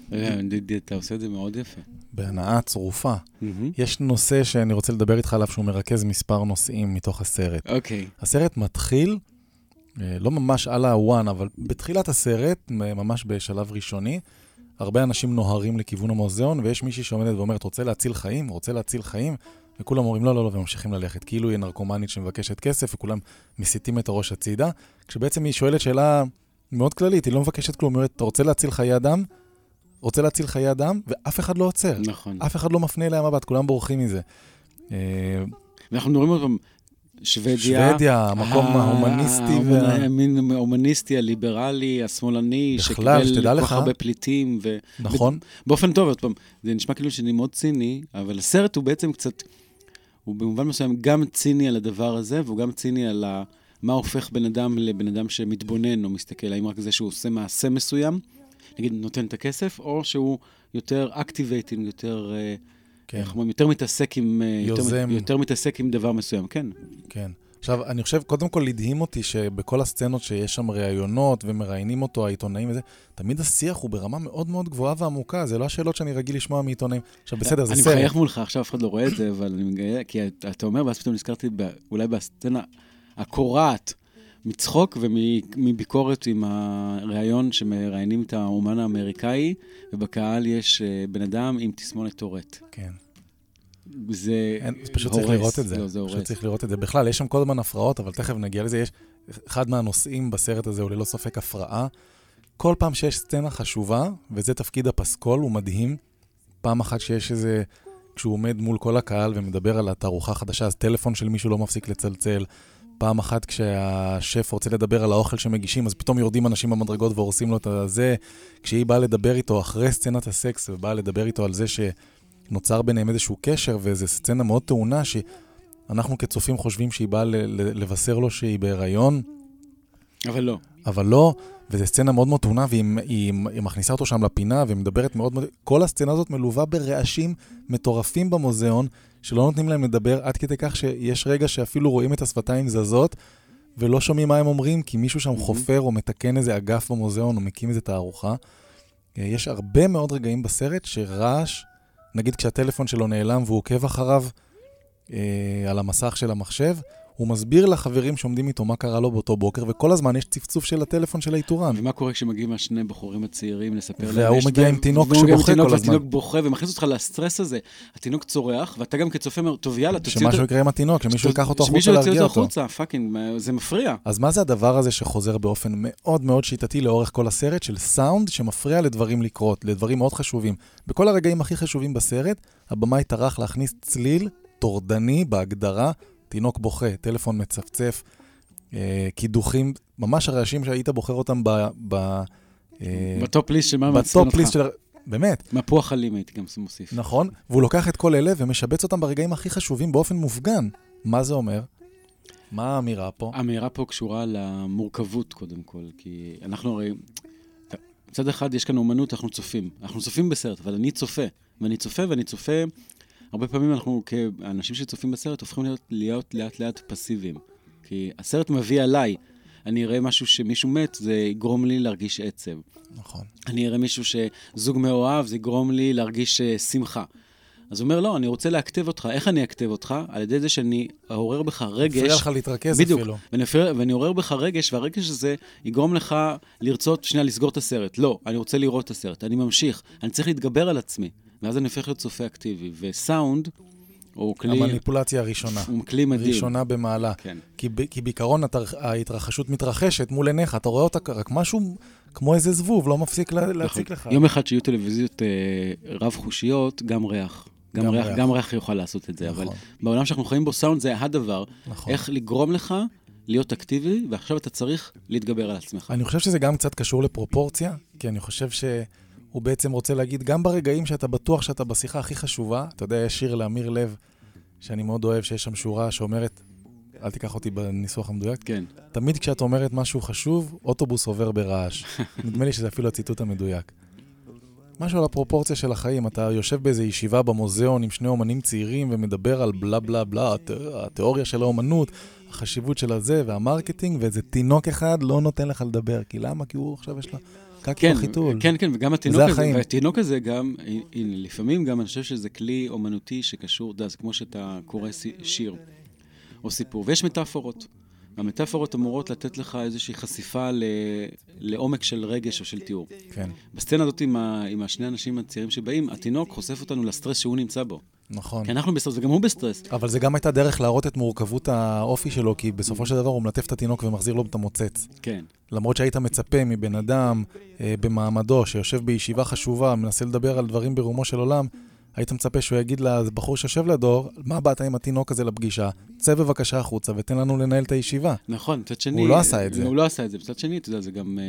אתה עושה את זה מאוד יפה. בהנאה צרופה. יש נושא שאני רוצה לדבר איתך עליו שהוא מרכז מספר נושאים מתוך הסרט. אוקיי. הסרט מתחיל, לא ממש על הוואן, אבל בתחילת הסרט, ממש בשלב ראשוני, הרבה אנשים נוהרים לכיוון המוזיאון, ויש מישהי שעומדת ואומרת, רוצה להציל חיים? רוצה להציל חיים? וכולם אומרים לא, לא, לא, וממשיכים ללכת. כאילו היא נרקומנית שמבקשת כסף, וכולם מסיתים את הראש הצידה. כשבעצם היא שואלת שאלה מאוד כללית, היא לא מבקשת כלום, היא אומרת, אתה רוצה להציל חיי אדם? רוצה להציל חיי אדם? ואף אחד לא עוצר. נכון. אף אחד לא מפנה אליה מבט, כולם בורחים מזה. ואנחנו מדברים עוד פעם, שוודיה, המקום ההומניסטי. המין ההומניסטי, הליברלי, השמאלני, בכלל, שתדע לך. כל כך הרבה פליטים. נכון. באופן טוב, עוד פעם, זה נשמע כאילו שאני מאוד ציני, אבל הסרט הוא בעצם קצת, הוא במובן מסוים גם ציני על הדבר הזה, והוא גם ציני על מה הופך בן אדם לבן אדם שמתבונן או מסתכל, האם רק זה שהוא עושה מעשה מסוים, נגיד נותן את הכסף, או שהוא יותר אקטיבייטינג, יותר... כן. יותר מתעסק עם... יוזם. יותר מתעסק עם דבר מסוים, כן. כן. עכשיו, אני חושב, קודם כל לדהים אותי שבכל הסצנות שיש שם ראיונות ומראיינים אותו, העיתונאים וזה, תמיד השיח הוא ברמה מאוד מאוד גבוהה ועמוקה, זה לא השאלות שאני רגיל לשמוע מעיתונאים. עכשיו, בסדר, זה סרט. אני מחייך מולך, עכשיו אף אחד לא רואה את זה, אבל אני מגייע, כי אתה אומר, ואז פתאום נזכרתי אולי בסצנה הקורעת, מצחוק ומביקורת עם הראיון שמראיינים את האומן האמריקאי, ובקהל יש בן אדם עם תסמונת טורט. כן. זה פשוט צריך לראות את זה. לא, זה הורס. פשוט צריך לראות את זה. בכלל, יש שם כל הזמן הפרעות, אבל תכף נגיע לזה. יש אחד מהנושאים בסרט הזה, הוא ללא ספק הפרעה. כל פעם שיש סצנה חשובה, וזה תפקיד הפסקול, הוא מדהים. פעם אחת שיש איזה, כשהוא עומד מול כל הקהל ומדבר על התערוכה חדשה, אז טלפון של מישהו לא מפסיק לצלצל. פעם אחת כשהשף רוצה לדבר על האוכל שמגישים, אז פתאום יורדים אנשים במדרגות והורסים לו את זה. כשהיא באה לדבר איתו אחרי סצנת הסקס, ובאה לדבר איתו על זה שנוצר ביניהם איזשהו קשר, וזו סצנה מאוד טעונה, שאנחנו כצופים חושבים שהיא באה לבשר לו שהיא בהיריון. אבל לא. אבל לא, וזו סצנה מאוד מאוד טעונה, והיא מכניסה אותו שם לפינה, ומדברת מאוד מאוד... כל הסצנה הזאת מלווה ברעשים מטורפים במוזיאון, שלא נותנים להם לדבר עד כדי כך שיש רגע שאפילו רואים את השפתיים זזות, ולא שומעים מה הם אומרים, כי מישהו שם חופר או מתקן איזה אגף במוזיאון, או מקים איזה תערוכה. יש הרבה מאוד רגעים בסרט שרעש, נגיד כשהטלפון שלו נעלם והוא עוקב אחריו על המסך של המחשב, הוא מסביר לחברים שעומדים איתו מה קרה לו באותו בוקר, וכל הזמן יש צפצוף של הטלפון של האיתורן. ומה קורה כשמגיעים השני בחורים הצעירים לספר להם? והוא מגיע עם תינוק שבוכה כל הזמן. והתינוק בוכה ומכניס אותך לסטרס הזה. התינוק צורח, ואתה גם כצופה אומר, טוב יאללה, תוציא אותו. שמשהו יקרה עם התינוק, שמישהו ייקח אותו החוצה שמישהו להרגיע יוציא אותו. החוצה, פאקינג, זה מפריע. אז מה זה הדבר הזה שחוזר באופן מאוד מאוד שיטתי לאורך כל הסרט, של סאונד שמפריע לדברים לקרות, לדברים מאוד חשובים. בכל הרגעים הכי חשובים בסרט, הבמאי טרח להכניס צליל טורדני בהגדרה, תינוק בוכה, טלפון מצפצף, קידוחים, ממש הרעשים שהיית בוחר אותם בטופ ליסט של מה מעצבן אותך. בטופ ליסט של... באמת. מפוח אלים הייתי גם מוסיף. נכון, והוא לוקח את כל אלה ומשבץ אותם ברגעים הכי חשובים באופן מופגן. מה זה אומר? מה האמירה פה? האמירה פה קשורה למורכבות קודם כל, כי אנחנו הרי... מצד אחד יש כאן אומנות, אנחנו צופים בסרט, אבל אני צופה, ואני צופה, הרבה פעמים אנחנו כאנשים שצופים בסרט הופכים להיות לאט לאט פסיביים, כי הסרט מביא עליי, אני אראה משהו שמישהו מת, זה יגרום לי להרגיש עצב. נכון. אני אראה מישהו שזוג מאוהב, זה יגרום לי להרגיש שמחה. אז הוא אומר, לא, אני רוצה להכתב אותך. איך אני אכתב אותך? על ידי זה שאני אעורר בך רגש. מפריע לך להתרכז בדיוק, אפילו. ואני אעורר בך רגש, והרגש הזה יגרום לך לרצות שנייה לסגור את הסרט. לא, אני רוצה לראות את הסרט. אני ממשיך. אני צריך להתגבר על עצמי. ואז אני הופך להיות צופה אקטיבי. וסאונד הוא כלי... המניפולציה הראשונה. הוא כלי מדהים. ראשונה במעלה. כן. כי בעיקרון ההתרחשות מתרחשת מול עיניך. אתה רואה אותה רק משהו כמו איזה זבוב, לא מפסיק להציק לך. יום אחד שיהיו טלוויזיות רב-חושיות, גם ריח. גם ריח יוכל לעשות את זה, אבל בעולם שאנחנו חיים בו, סאונד זה הדבר, איך לגרום לך להיות אקטיבי, ועכשיו אתה צריך להתגבר על עצמך. אני חושב שזה גם קצת קשור לפרופורציה, כי אני חושב שהוא בעצם רוצה להגיד, גם ברגעים שאתה בטוח שאתה בשיחה הכי חשובה, אתה יודע, יש שיר לאמיר לב, שאני מאוד אוהב, שיש שם שורה שאומרת, אל תיקח אותי בניסוח המדויק, כן. תמיד כשאת אומרת משהו חשוב, אוטובוס עובר ברעש. נדמה לי שזה אפילו הציטוט המדויק. משהו על הפרופורציה של החיים, אתה יושב באיזו ישיבה במוזיאון עם שני אומנים צעירים ומדבר על בלה בלה בלה, התיאוריה של האומנות, החשיבות של הזה והמרקטינג, ואיזה תינוק אחד לא נותן לך לדבר, כי למה? כי הוא עכשיו יש לה קקי בחיתול. כן, וגם התינוק הזה, והתינוק הזה גם, לפעמים גם אני חושב שזה כלי אומנותי שקשור, זה כמו שאתה קורא שיר או סיפור, ויש מטאפורות. המטאפורות אמורות לתת לך איזושהי חשיפה לעומק של רגש או של תיאור. כן. בסצנה הזאת עם השני אנשים הצעירים שבאים, התינוק חושף אותנו לסטרס שהוא נמצא בו. נכון. כי אנחנו בסטרס וגם הוא בסטרס. אבל זה גם הייתה דרך להראות את מורכבות האופי שלו, כי בסופו של דבר הוא מלטף את התינוק ומחזיר לו את המוצץ. כן. למרות שהיית מצפה מבן אדם במעמדו, שיושב בישיבה חשובה, מנסה לדבר על דברים ברומו של עולם, היית מצפה שהוא יגיד לבחור שיושב לידו, מה באת עם התינוק הזה לפגישה? צא בבקשה החוצה ותן לנו לנהל את הישיבה. נכון, מצד שני... הוא לא עשה את זה. הוא לא עשה את זה. מצד שני, אתה יודע, זה גם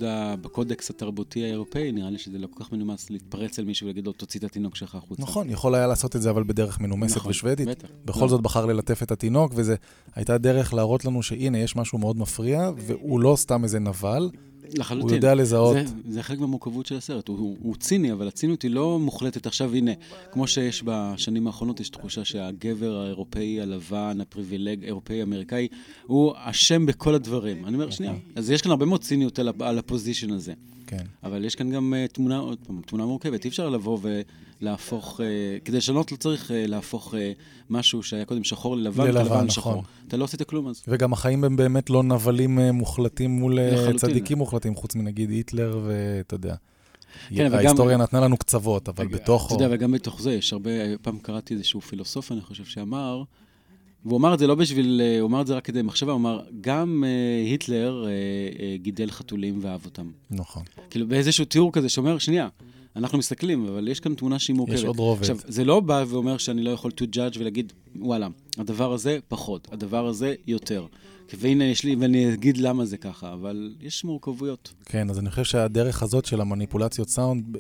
בקודקס התרבותי האירופאי, נראה לי שזה לא כל כך מנומס להתפרץ על מישהו ולהגיד לו, תוציא את התינוק שלך החוצה. נכון, יכול היה לעשות את זה, אבל בדרך מנומסת ושוודית. בכל זאת בחר ללטף את התינוק, וזה הייתה דרך להראות לנו שהנה, יש משהו מאוד מפריע, והוא לא סתם איזה נבל. לחלוטין. הוא יודע לזהות. זה חלק מהמורכבות של הסרט. הוא ציני, אבל הציניות היא לא מוחלטת. עכשיו, הנה, כמו שיש בשנים האחרונות, יש תחושה שהגבר האירופאי הלבן, הפריבילג, האירופאי-אמריקאי, הוא אשם בכל הדברים. אני אומר, שנייה. אז יש כאן הרבה מאוד ציניות על הפוזישן הזה. כן. אבל יש כאן גם תמונה מורכבת. אי אפשר לבוא ולהפוך, כדי לשנות לא צריך להפוך משהו שהיה קודם שחור ללבן, ללבן שחור. אתה לא עשית כלום אז. וגם החיים הם באמת לא נבלים מוחלטים מול צדיקים מוחלטים, חוץ מנגיד היטלר ואתה יודע. ההיסטוריה נתנה לנו קצוות, אבל בתוך... אתה יודע, וגם בתוך זה, יש הרבה, פעם קראתי איזשהו פילוסוף, אני חושב שאמר, והוא אמר את זה לא בשביל, הוא אמר את זה רק כדי מחשבה, הוא אמר, גם היטלר גידל חתולים ואהב אותם. נכון. כאילו באיזשהו תיאור כזה שאומר, שנייה, אנחנו מסתכלים, אבל יש כאן תמונה שהיא מורכבת. יש עוד רובד. עכשיו, זה לא בא ואומר שאני לא יכול to judge ולהגיד, וואלה, הדבר הזה פחות, הדבר הזה יותר. והנה יש לי, ואני אגיד למה זה ככה, אבל יש מורכבויות. כן, אז אני חושב שהדרך הזאת של המניפולציות סאונד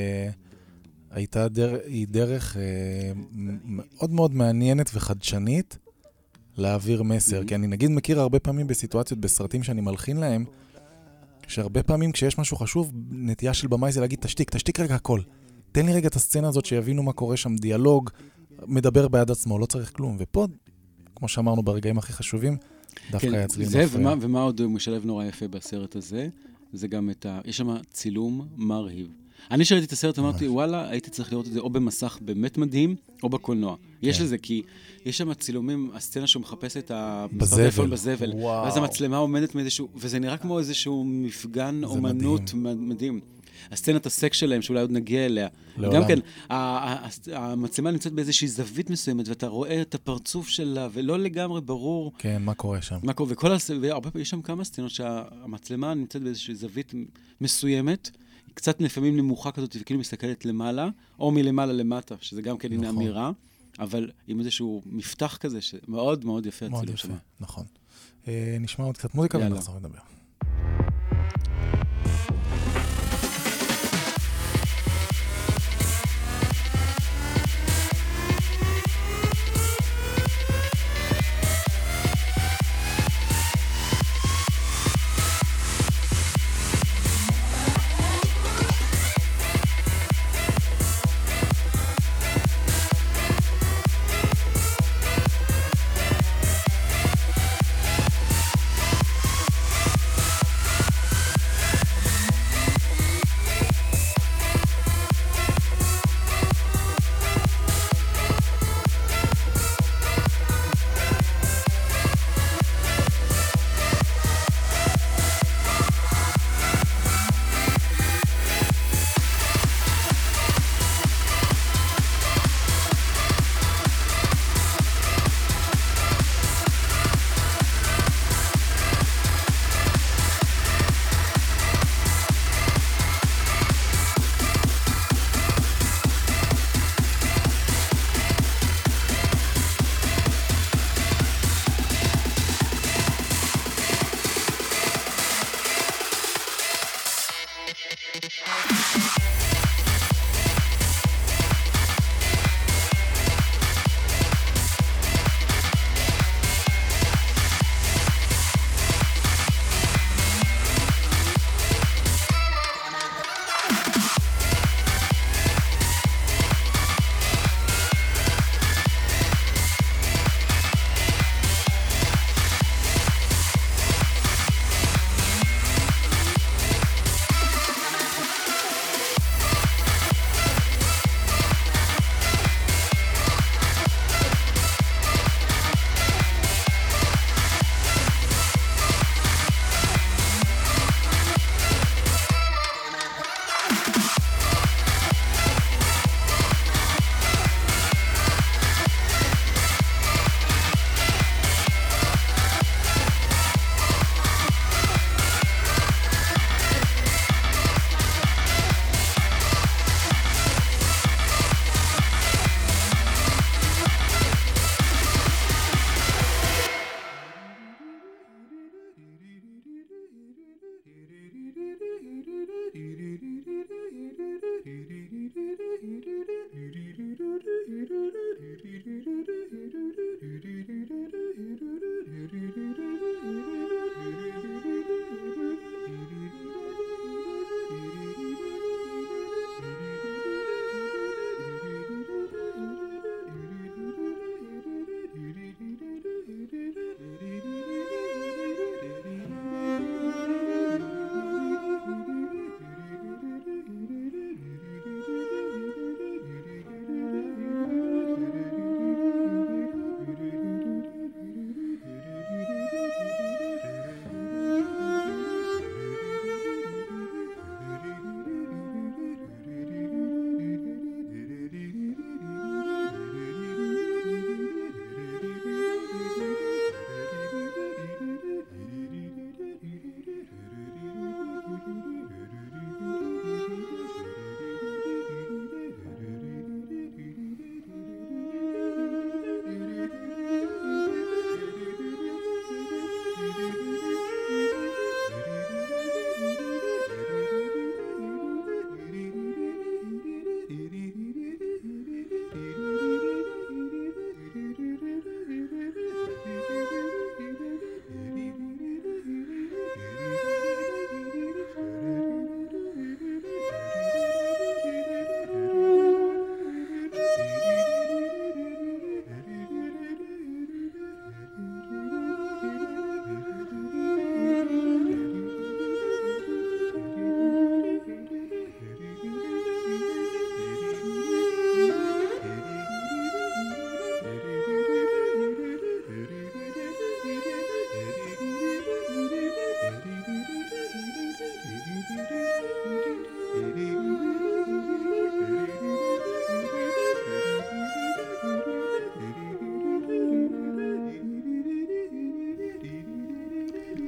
היא דרך מאוד מאוד מעניינת וחדשנית להעביר מסר. כי אני נגיד מכיר הרבה פעמים בסיטואציות, בסרטים שאני מלחין להם, שהרבה פעמים כשיש משהו חשוב, נטייה של במאי זה להגיד, תשתיק רגע הכל. תן לי רגע את הסצנה הזאת שיבינו מה קורה שם, דיאלוג, מדבר ביד עצמו, לא צריך כלום. ופה, כמו שאמרנו ברגעים הכי חשובים, דווקא היה צליל זה, מפריע. ומה עוד הוא משלב נורא יפה בסרט הזה? זה גם יש שם צילום מרהיב. אני שראיתי את הסרט, אמרתי, וואלה, הייתי צריך לראות את זה או במסך באמת מדהים, או בקולנוע. יש לזה, כי יש שם צילומים, הסצנה שהוא מחפש את בזבל. בזבל, ואז המצלמה עומדת מאיזשהו, וזה נראה כמו איזשהו מפגן אומנות מדהים. הסצנת הסקס שלהם, שאולי עוד נגיע אליה. גם כן, המצלמה נמצאת באיזושהי זווית מסוימת, ואתה רואה את הפרצוף שלה, ולא לגמרי ברור. כן, מה קורה שם? מה קורה, והרבה פעמים יש שם כמה סצנות שהמצלמה נמצאת באיזושהי זווית מסוימת, קצת לפעמים נמוכה כזאת, וכאילו מסתכלת למעלה, או מלמעלה למטה, שזה גם כן הנה אמירה, אבל עם איזשהו מפתח כזה, שמאוד מאוד יפה הצילום שם. נכון. נשמע עוד קצת מוזיקה ונחזור לדבר.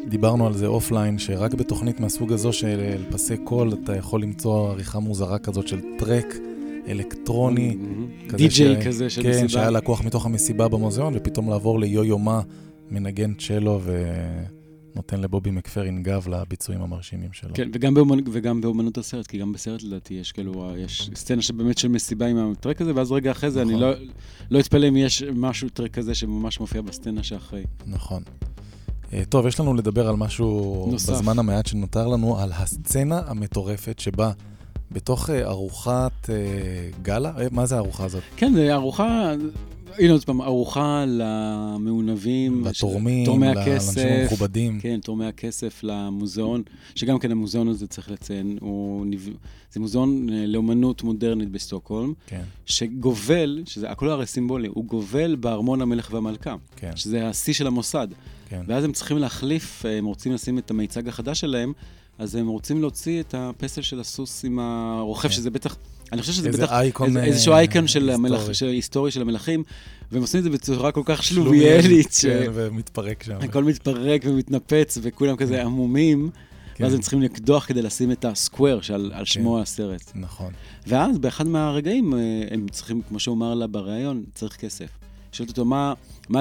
דיברנו על זה אופליין, שרק בתוכנית מהסוג הזו של פסי קול, אתה יכול למצוא עריכה מוזרה כזאת של טרק אלקטרוני. די-ג'יי כזה של מסיבה. כן, שהיה לקוח מתוך המסיבה במוזיאון, ופתאום לעבור ליו-יו מה, מנגן צ'לו ונותן לבובי מקפרין גב לביצועים המרשימים שלו. כן, וגם באומנות הסרט, כי גם בסרט לדעתי יש כאילו, יש סצנה שבאמת של מסיבה עם הטרק הזה, ואז רגע אחרי זה אני לא אתפלא אם יש משהו טרק כזה שממש מופיע בסצנה שאחרי. נכון. טוב, יש לנו לדבר על משהו נוסף. בזמן המעט שנותר לנו, על הסצנה המטורפת שבה בתוך ארוחת גלה, מה זה הארוחה הזאת? כן, זה ארוחה, הנה עוד פעם, ארוחה למעונבים, לתורמים, תורמי לאנשים הכסף, המכובדים. כן, תורמי הכסף למוזיאון, שגם כן המוזיאון הזה צריך לציין, זה מוזיאון לאומנות מודרנית בסטוקהולם, כן. שגובל, שזה הכל הרי סימבולי, הוא גובל בארמון המלך והמלכה, כן. שזה השיא של המוסד. כן. ואז הם צריכים להחליף, הם רוצים לשים את המיצג החדש שלהם, אז הם רוצים להוציא את הפסל של הסוס עם הרוכב, שזה בטח, אני חושב שזה בטח איזשהו אייקון של היסטורי של המלכים, והם עושים את זה בצורה כל כך שלוביאלית, כן, ומתפרק שם. הכל מתפרק ומתנפץ, וכולם כזה עמומים, ואז הם צריכים לקדוח כדי לשים את הסקוואר שעל שמו הסרט. נכון. ואז באחד מהרגעים הם צריכים, כמו שהוא אמר לה בריאיון, צריך כסף. שואלת אותו, מה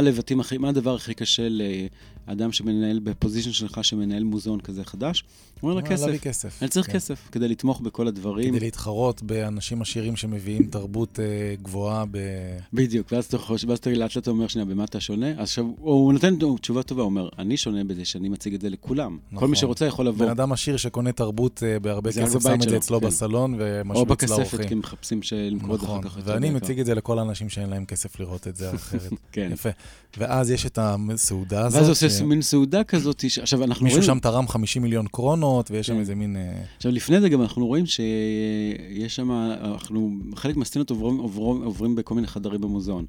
הדבר הכי קשה לאדם שמנהל בפוזישן שלך, שמנהל מוזיאון כזה חדש? הוא אומר לה כסף. להביא כסף. אני צריך כסף כדי לתמוך בכל הדברים. כדי להתחרות באנשים עשירים שמביאים תרבות גבוהה בדיוק, ואז אתה לאט אומר שנייה, במה אתה שונה? אז עכשיו, הוא נותן תשובה טובה, הוא אומר, אני שונה בזה שאני מציג את זה לכולם. כל מי שרוצה יכול לבוא. בן אדם עשיר שקונה תרבות בהרבה כסף, שם את זה אצלו בסלון ומשוויץ לאורחים. או בכספת, כי מחפשים למכור אחר כך. ואני מציג את זה לכל האנשים שאין להם כסף לראות את זה אחרת. יפה. ואז יש את הסעודה הזאת. ואז עושה מין סעודה כזאת, עכשיו אנחנו רואים... מישהו שם תרם 50 מיליון קרונות, ויש שם איזה מין... עכשיו, לפני זה גם אנחנו רואים שיש שם, חלק מהסצנות עוברים בכל מיני חדרים במוזיאון.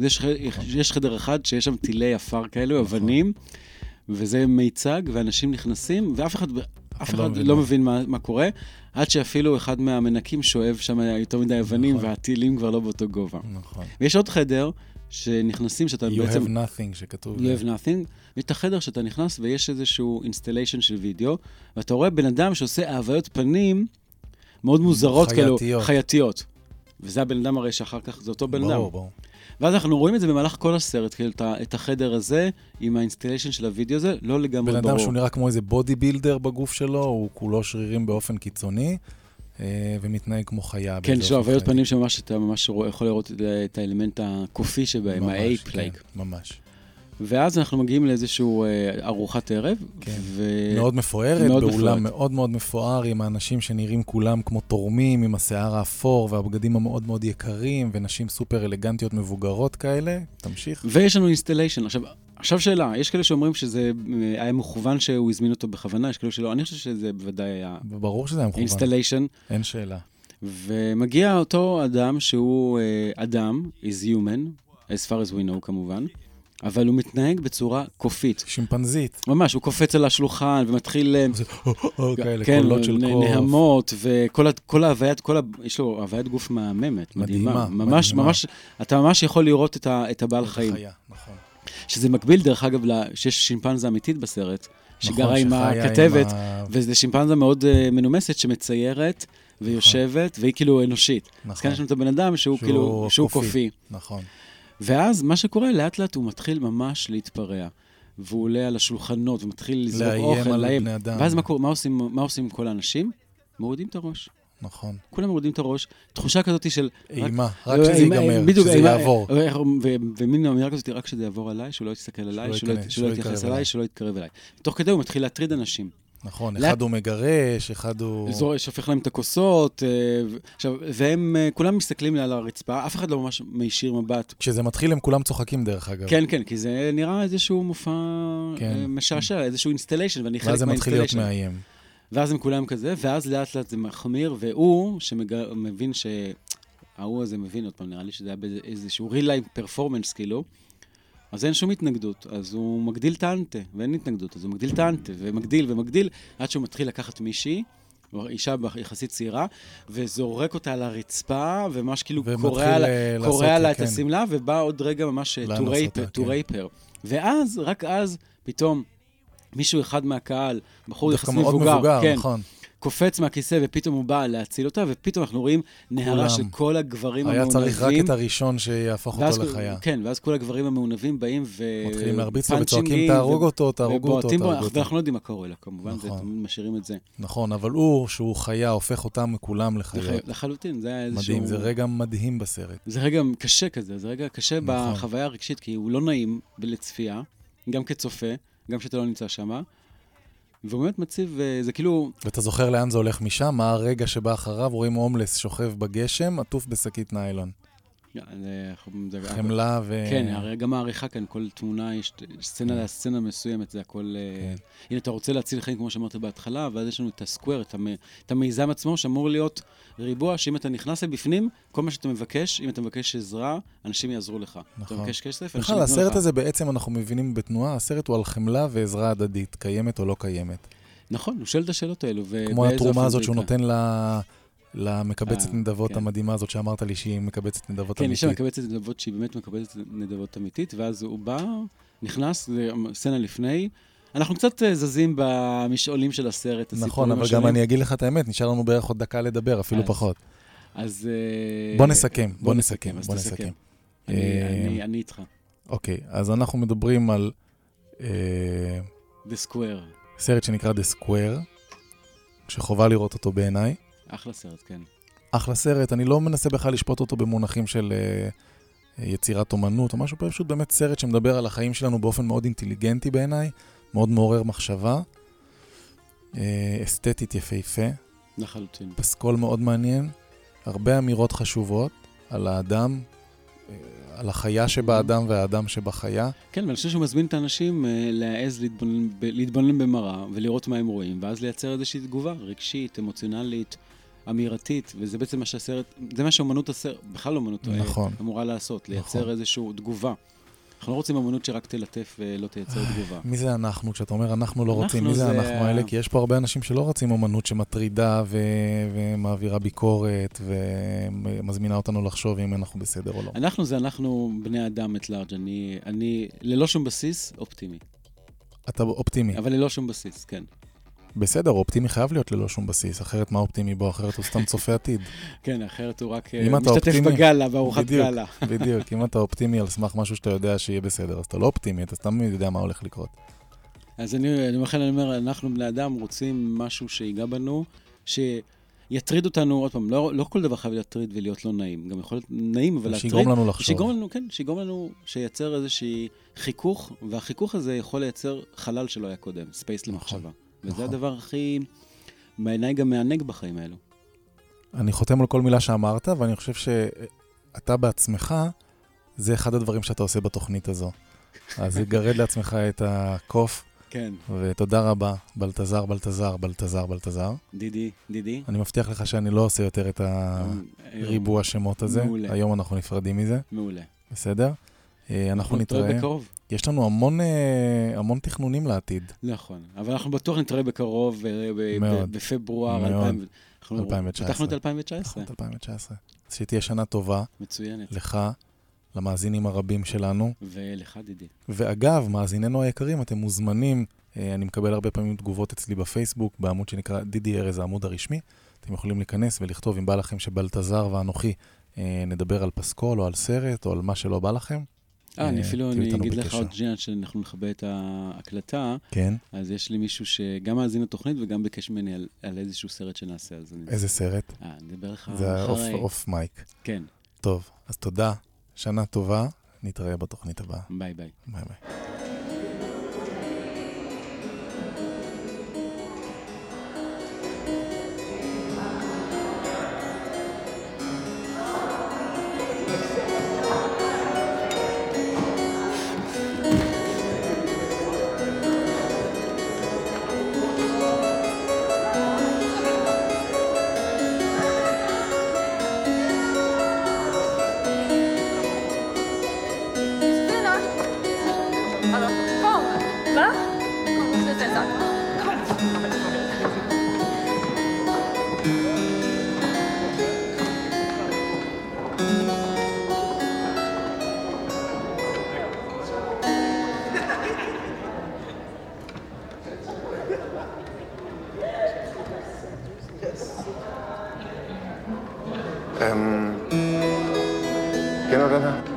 יש חדר אחד שיש שם טילי עפר כאלו, אבנים, וזה מיצג, ואנשים נכנסים, ואף אחד לא מבין מה קורה, עד שאפילו אחד מהמנקים שואב שם יותר מדי אבנים, והטילים כבר לא באותו גובה. נכון. ויש עוד חדר שנכנסים, שאתה בעצם... You have nothing, שכתוב... You have nothing. ויש את החדר שאתה נכנס, ויש איזשהו אינסטליישן של וידאו, ואתה רואה בן אדם שעושה העוויות פנים מאוד מוזרות כאלו, חייתיות. וזה הבן אדם הרי שאחר כך, זה אותו בן אדם. ברור. ואז אנחנו רואים את זה במהלך כל הסרט, כאילו את החדר הזה, עם האינסטליישן של הוידאו הזה, לא לגמרי ברור. בן אדם שהוא נראה כמו איזה בודי בילדר בגוף שלו, הוא כולו שרירים באופן קיצוני, ומתנהג כמו חיה. כן, יש לו עוויות פנים שממש, אתה ממש יכול לראות את האלמנט הקופי שבהם, האייפ-לייק. ממש. ואז אנחנו מגיעים לאיזשהו ארוחת ערב. כן. מאוד מפוארת, באולם מאוד מאוד מפואר, עם האנשים שנראים כולם כמו תורמים, עם השיער האפור והבגדים המאוד מאוד יקרים, ונשים סופר אלגנטיות מבוגרות כאלה. תמשיך. ויש לנו אינסטליישן. עכשיו שאלה, יש כאלה שאומרים שזה היה מכוון שהוא הזמין אותו בכוונה, יש כאלה שלא, אני חושב שזה בוודאי היה... ברור שזה היה מכוון. אינסטליישן. אין שאלה. ומגיע אותו אדם שהוא אדם, is human, as far as we know כמובן, אבל הוא מתנהג בצורה קופית. שימפנזית. ממש, הוא קופץ על השולחן ומתחיל... כאלה, קולות של קוף. נהמות, וכל ההוויית, יש לו הוויית גוף מהממת, מדהימה. ממש, אתה ממש יכול לראות את הבעל חיים. נכון. שזה מקביל, דרך אגב, שיש שימפנזה אמיתית בסרט, שגרה עם הכתבת, וזו שימפנזה מאוד מנומסת שמציירת ויושבת, והיא כאילו אנושית. אז כאן יש לנו את הבן אדם שהוא כאילו, שהוא קופי. נכון. ואז מה שקורה, לאט לאט הוא מתחיל ממש להתפרע, והוא עולה על השולחנות, ומתחיל לזרוק אוכל, לאיים. ואז מה עושים כל האנשים? מורידים את הראש. נכון. כולם מורידים את הראש. תחושה כזאת של... אימה, רק שזה ייגמר, שזה יעבור. ומין אמירה כזאת, רק שזה יעבור עליי, שהוא לא יסתכל עליי, שלא יתייחס עליי, שלא יתקרב אליי. תוך כדי הוא מתחיל להטריד אנשים. נכון, אחד הוא מגרש, אחד הוא... שופך להם את הכוסות, והם כולם מסתכלים על הרצפה, אף אחד לא ממש מישיר מבט. כשזה מתחיל הם כולם צוחקים דרך אגב. כן, כן, כי זה נראה איזשהו מופע משעשע, איזשהו אינסטליישן, ואני חלק מהאינסטליישן. ואז זה מתחיל להיות מאיים. ואז הם כולם כזה, ואז לאט לאט זה מחמיר, והוא שמבין ההוא הזה מבין, עוד פעם, נראה לי שזה היה באיזשהו real life performance, כאילו, אז אין שום התנגדות, אז הוא מגדיל את האנטה, ואין התנגדות, אז הוא מגדיל את האנטה, ומגדיל, עד שהוא מתחיל לקחת מישהי, אישה יחסית צעירה, וזורק אותה על הרצפה, וממש כאילו קורא לה את הסמלה, ובא עוד רגע ממש to rape her. ואז, רק אז, פתאום, מישהו אחד מהקהל, בחור דווקא יחסית מאוד מבוגר, כן, נכון. קופץ מהכיסא ופתאום הוא בא להציל אותה, ופתאום אנחנו רואים נהרה של כל הגברים המעונבים. היה צריך רק את הראשון שיהפוך אותו לחיה. כן, ואז כל הגברים המעונבים באים מתחילים להרביץ לו וצועקים, תהרוג אותו, תהרוג אותו. ואנחנו לא יודעים מה קורה לה, כמובן, משאירים את זה. נכון, אבל שהוא חיה, הופך אותם מכולם לחיות. לחלוטין, זה היה איזשהו... מדהים, זה רגע מדהים בסרט. זה רגע קשה כזה, זה רגע קשה בחוויה הרגשית, כי הוא לא נעים לצפייה, גם כצופה, גם שאתה לא נמצא שמה. והוא באמת מציב, זה כאילו... ואתה זוכר לאן זה הולך משם? מה הרגע שבא אחריו? רואים הומלס שוכב בגשם, עטוף בשקית ניילון. חמלה ו... כן, גם העריכה כאן, כל תמונה, יש סצנה מסוימת, זה הכל... הנה, אתה רוצה להציל חיים, כמו שאמרת בהתחלה, ואז יש לנו את הסקוואר, את המיזם עצמו, שאמור להיות ריבוע, שאם אתה נכנס לבפנים, כל מה שאתה מבקש, אם אתה מבקש עזרה, אנשים יעזרו לך. אתה מבקש כסף, אנשים יתנו לך. הסרט הזה בעצם אנחנו מבינים בתנועה, הסרט הוא על חמלה ועזרה הדדית, קיימת או לא קיימת. נכון, הוא שואל את השאלות האלו. כמו התרומה הזאת שהוא נותן למקבצת נדבות המדהימה הזאת שאמרת לי שהיא מקבצת נדבות אמיתית. כן, יש לה מקבצת נדבות שהיא באמת מקבצת נדבות אמיתית, ואז הוא בא, נכנס, זה סצנה לפני. אנחנו קצת זזים במשעולים של הסרט. נכון, אבל גם אני אגיד לך את האמת, נשאר לנו בערך עוד דקה לדבר, אפילו פחות. אז... בוא נסכם. אני איתך. אוקיי, אז אנחנו מדברים על... The Square. סרט שנקרא The Square, שחובה לראות אותו בעיניי. אחלה סרט, כן. אחלה סרט, אני לא מנסה בכלל לשפוט אותו במונחים של יצירת אומנות או משהו, פשוט באמת סרט שמדבר על החיים שלנו באופן מאוד אינטליגנטי בעיניי, מאוד מעורר מחשבה, אסתטית יפהפה. לחלוטין. פסקול מאוד מעניין, הרבה אמירות חשובות על האדם, על החיה שבאדם והאדם שבחיה. כן, ואני חושב שהוא מזמין את האנשים להעז להתבונן במראה ולראות מה הם רואים, ואז לייצר איזושהי תגובה רגשית, אמוציונלית, אמירתית, וזה בעצם מה שהסרט, זה מה שאומנות הסרט, בכלל לא אומנות אמורה לעשות, לייצר איזושהי תגובה. אנחנו לא רוצים אמנות שרק תלטף ולא תייצר תגובה. מי זה אנחנו? כשאתה אומר אנחנו לא רוצים, מי זה אנחנו האלה? כי יש פה הרבה אנשים שלא רוצים אמנות שמטרידה ומעבירה ביקורת ומזמינה אותנו לחשוב אם אנחנו בסדר או לא. אנחנו בני אדם את לארג', אני ללא שום בסיס אופטימי. אתה אופטימי. אבל ללא שום בסיס, כן. בסדר, אופטימי חייב להיות ללא שום בסיס, אחרת מה אופטימי בו? אחרת הוא סתם צופה עתיד. כן, אחרת הוא רק משתתף בגלה, בארוחת גלה. בדיוק, אם אתה אופטימי על סמך משהו שאתה יודע שיהיה בסדר, אז אתה לא אופטימי, אתה סתם יודע מה הולך לקרות. אז אני אומר, אנחנו בני אדם רוצים משהו שיגע בנו, שיטריד אותנו, עוד פעם, לא כל דבר חייב להטריד ולהיות לא נעים, גם יכול להיות נעים, אבל להטריד. שיגרום לנו לחשוב. שיגרום לנו שייצר איזושהי חיכוך, והחיכוך הזה יכול לייצר חלל שלא היה קודם, ספייס למחשבה. וזה הדבר הכי, בעיניי גם מענג בחיים האלו. אני חותם על כל מילה שאמרת, ואני חושב שאתה בעצמך, זה אחד הדברים שאתה עושה בתוכנית הזו. אז גרד לעצמך את הקוף. כן. ותודה רבה, בלטזר, בלטזר, בלטזר, בלטזר. דידי. אני מבטיח לך שאני לא עושה יותר את הריבוע השמות הזה. מעולה. היום אנחנו נפרדים מזה. מעולה. בסדר? אנחנו נתראה בקרוב. יש לנו המון תכנונים לעתיד. נכון, אבל אנחנו בטוח נתראה בקרוב בפברואר 2019. פתחנו את 2019. אז שתהיה שנה טובה. מצוינת. לך, למאזינים הרבים שלנו. ולך, דידי. ואגב, מאזיננו היקרים, אתם מוזמנים, אני מקבל הרבה פעמים תגובות אצלי בפייסבוק, בעמוד שנקרא דידי ארז, העמוד הרשמי. אתם יכולים להיכנס ולכתוב אם בא לכם שבלטזר ואנוכי נדבר על פסקול או על סרט או על מה שלא בא לכם. אני אגיד לך עוד ג'יאן שאנחנו נכבה את ההקלטה. כן. אז יש לי מישהו שגם מאזין לתוכנית וגם ביקש ממני על איזשהו סרט שנעשה. איזה סרט? נדבר לך אחרי. זה אוף מייק. כן. טוב, אז תודה. שנה טובה. נתראה בתוכנית הבאה. ביי ביי. ביי ביי. כן או לא?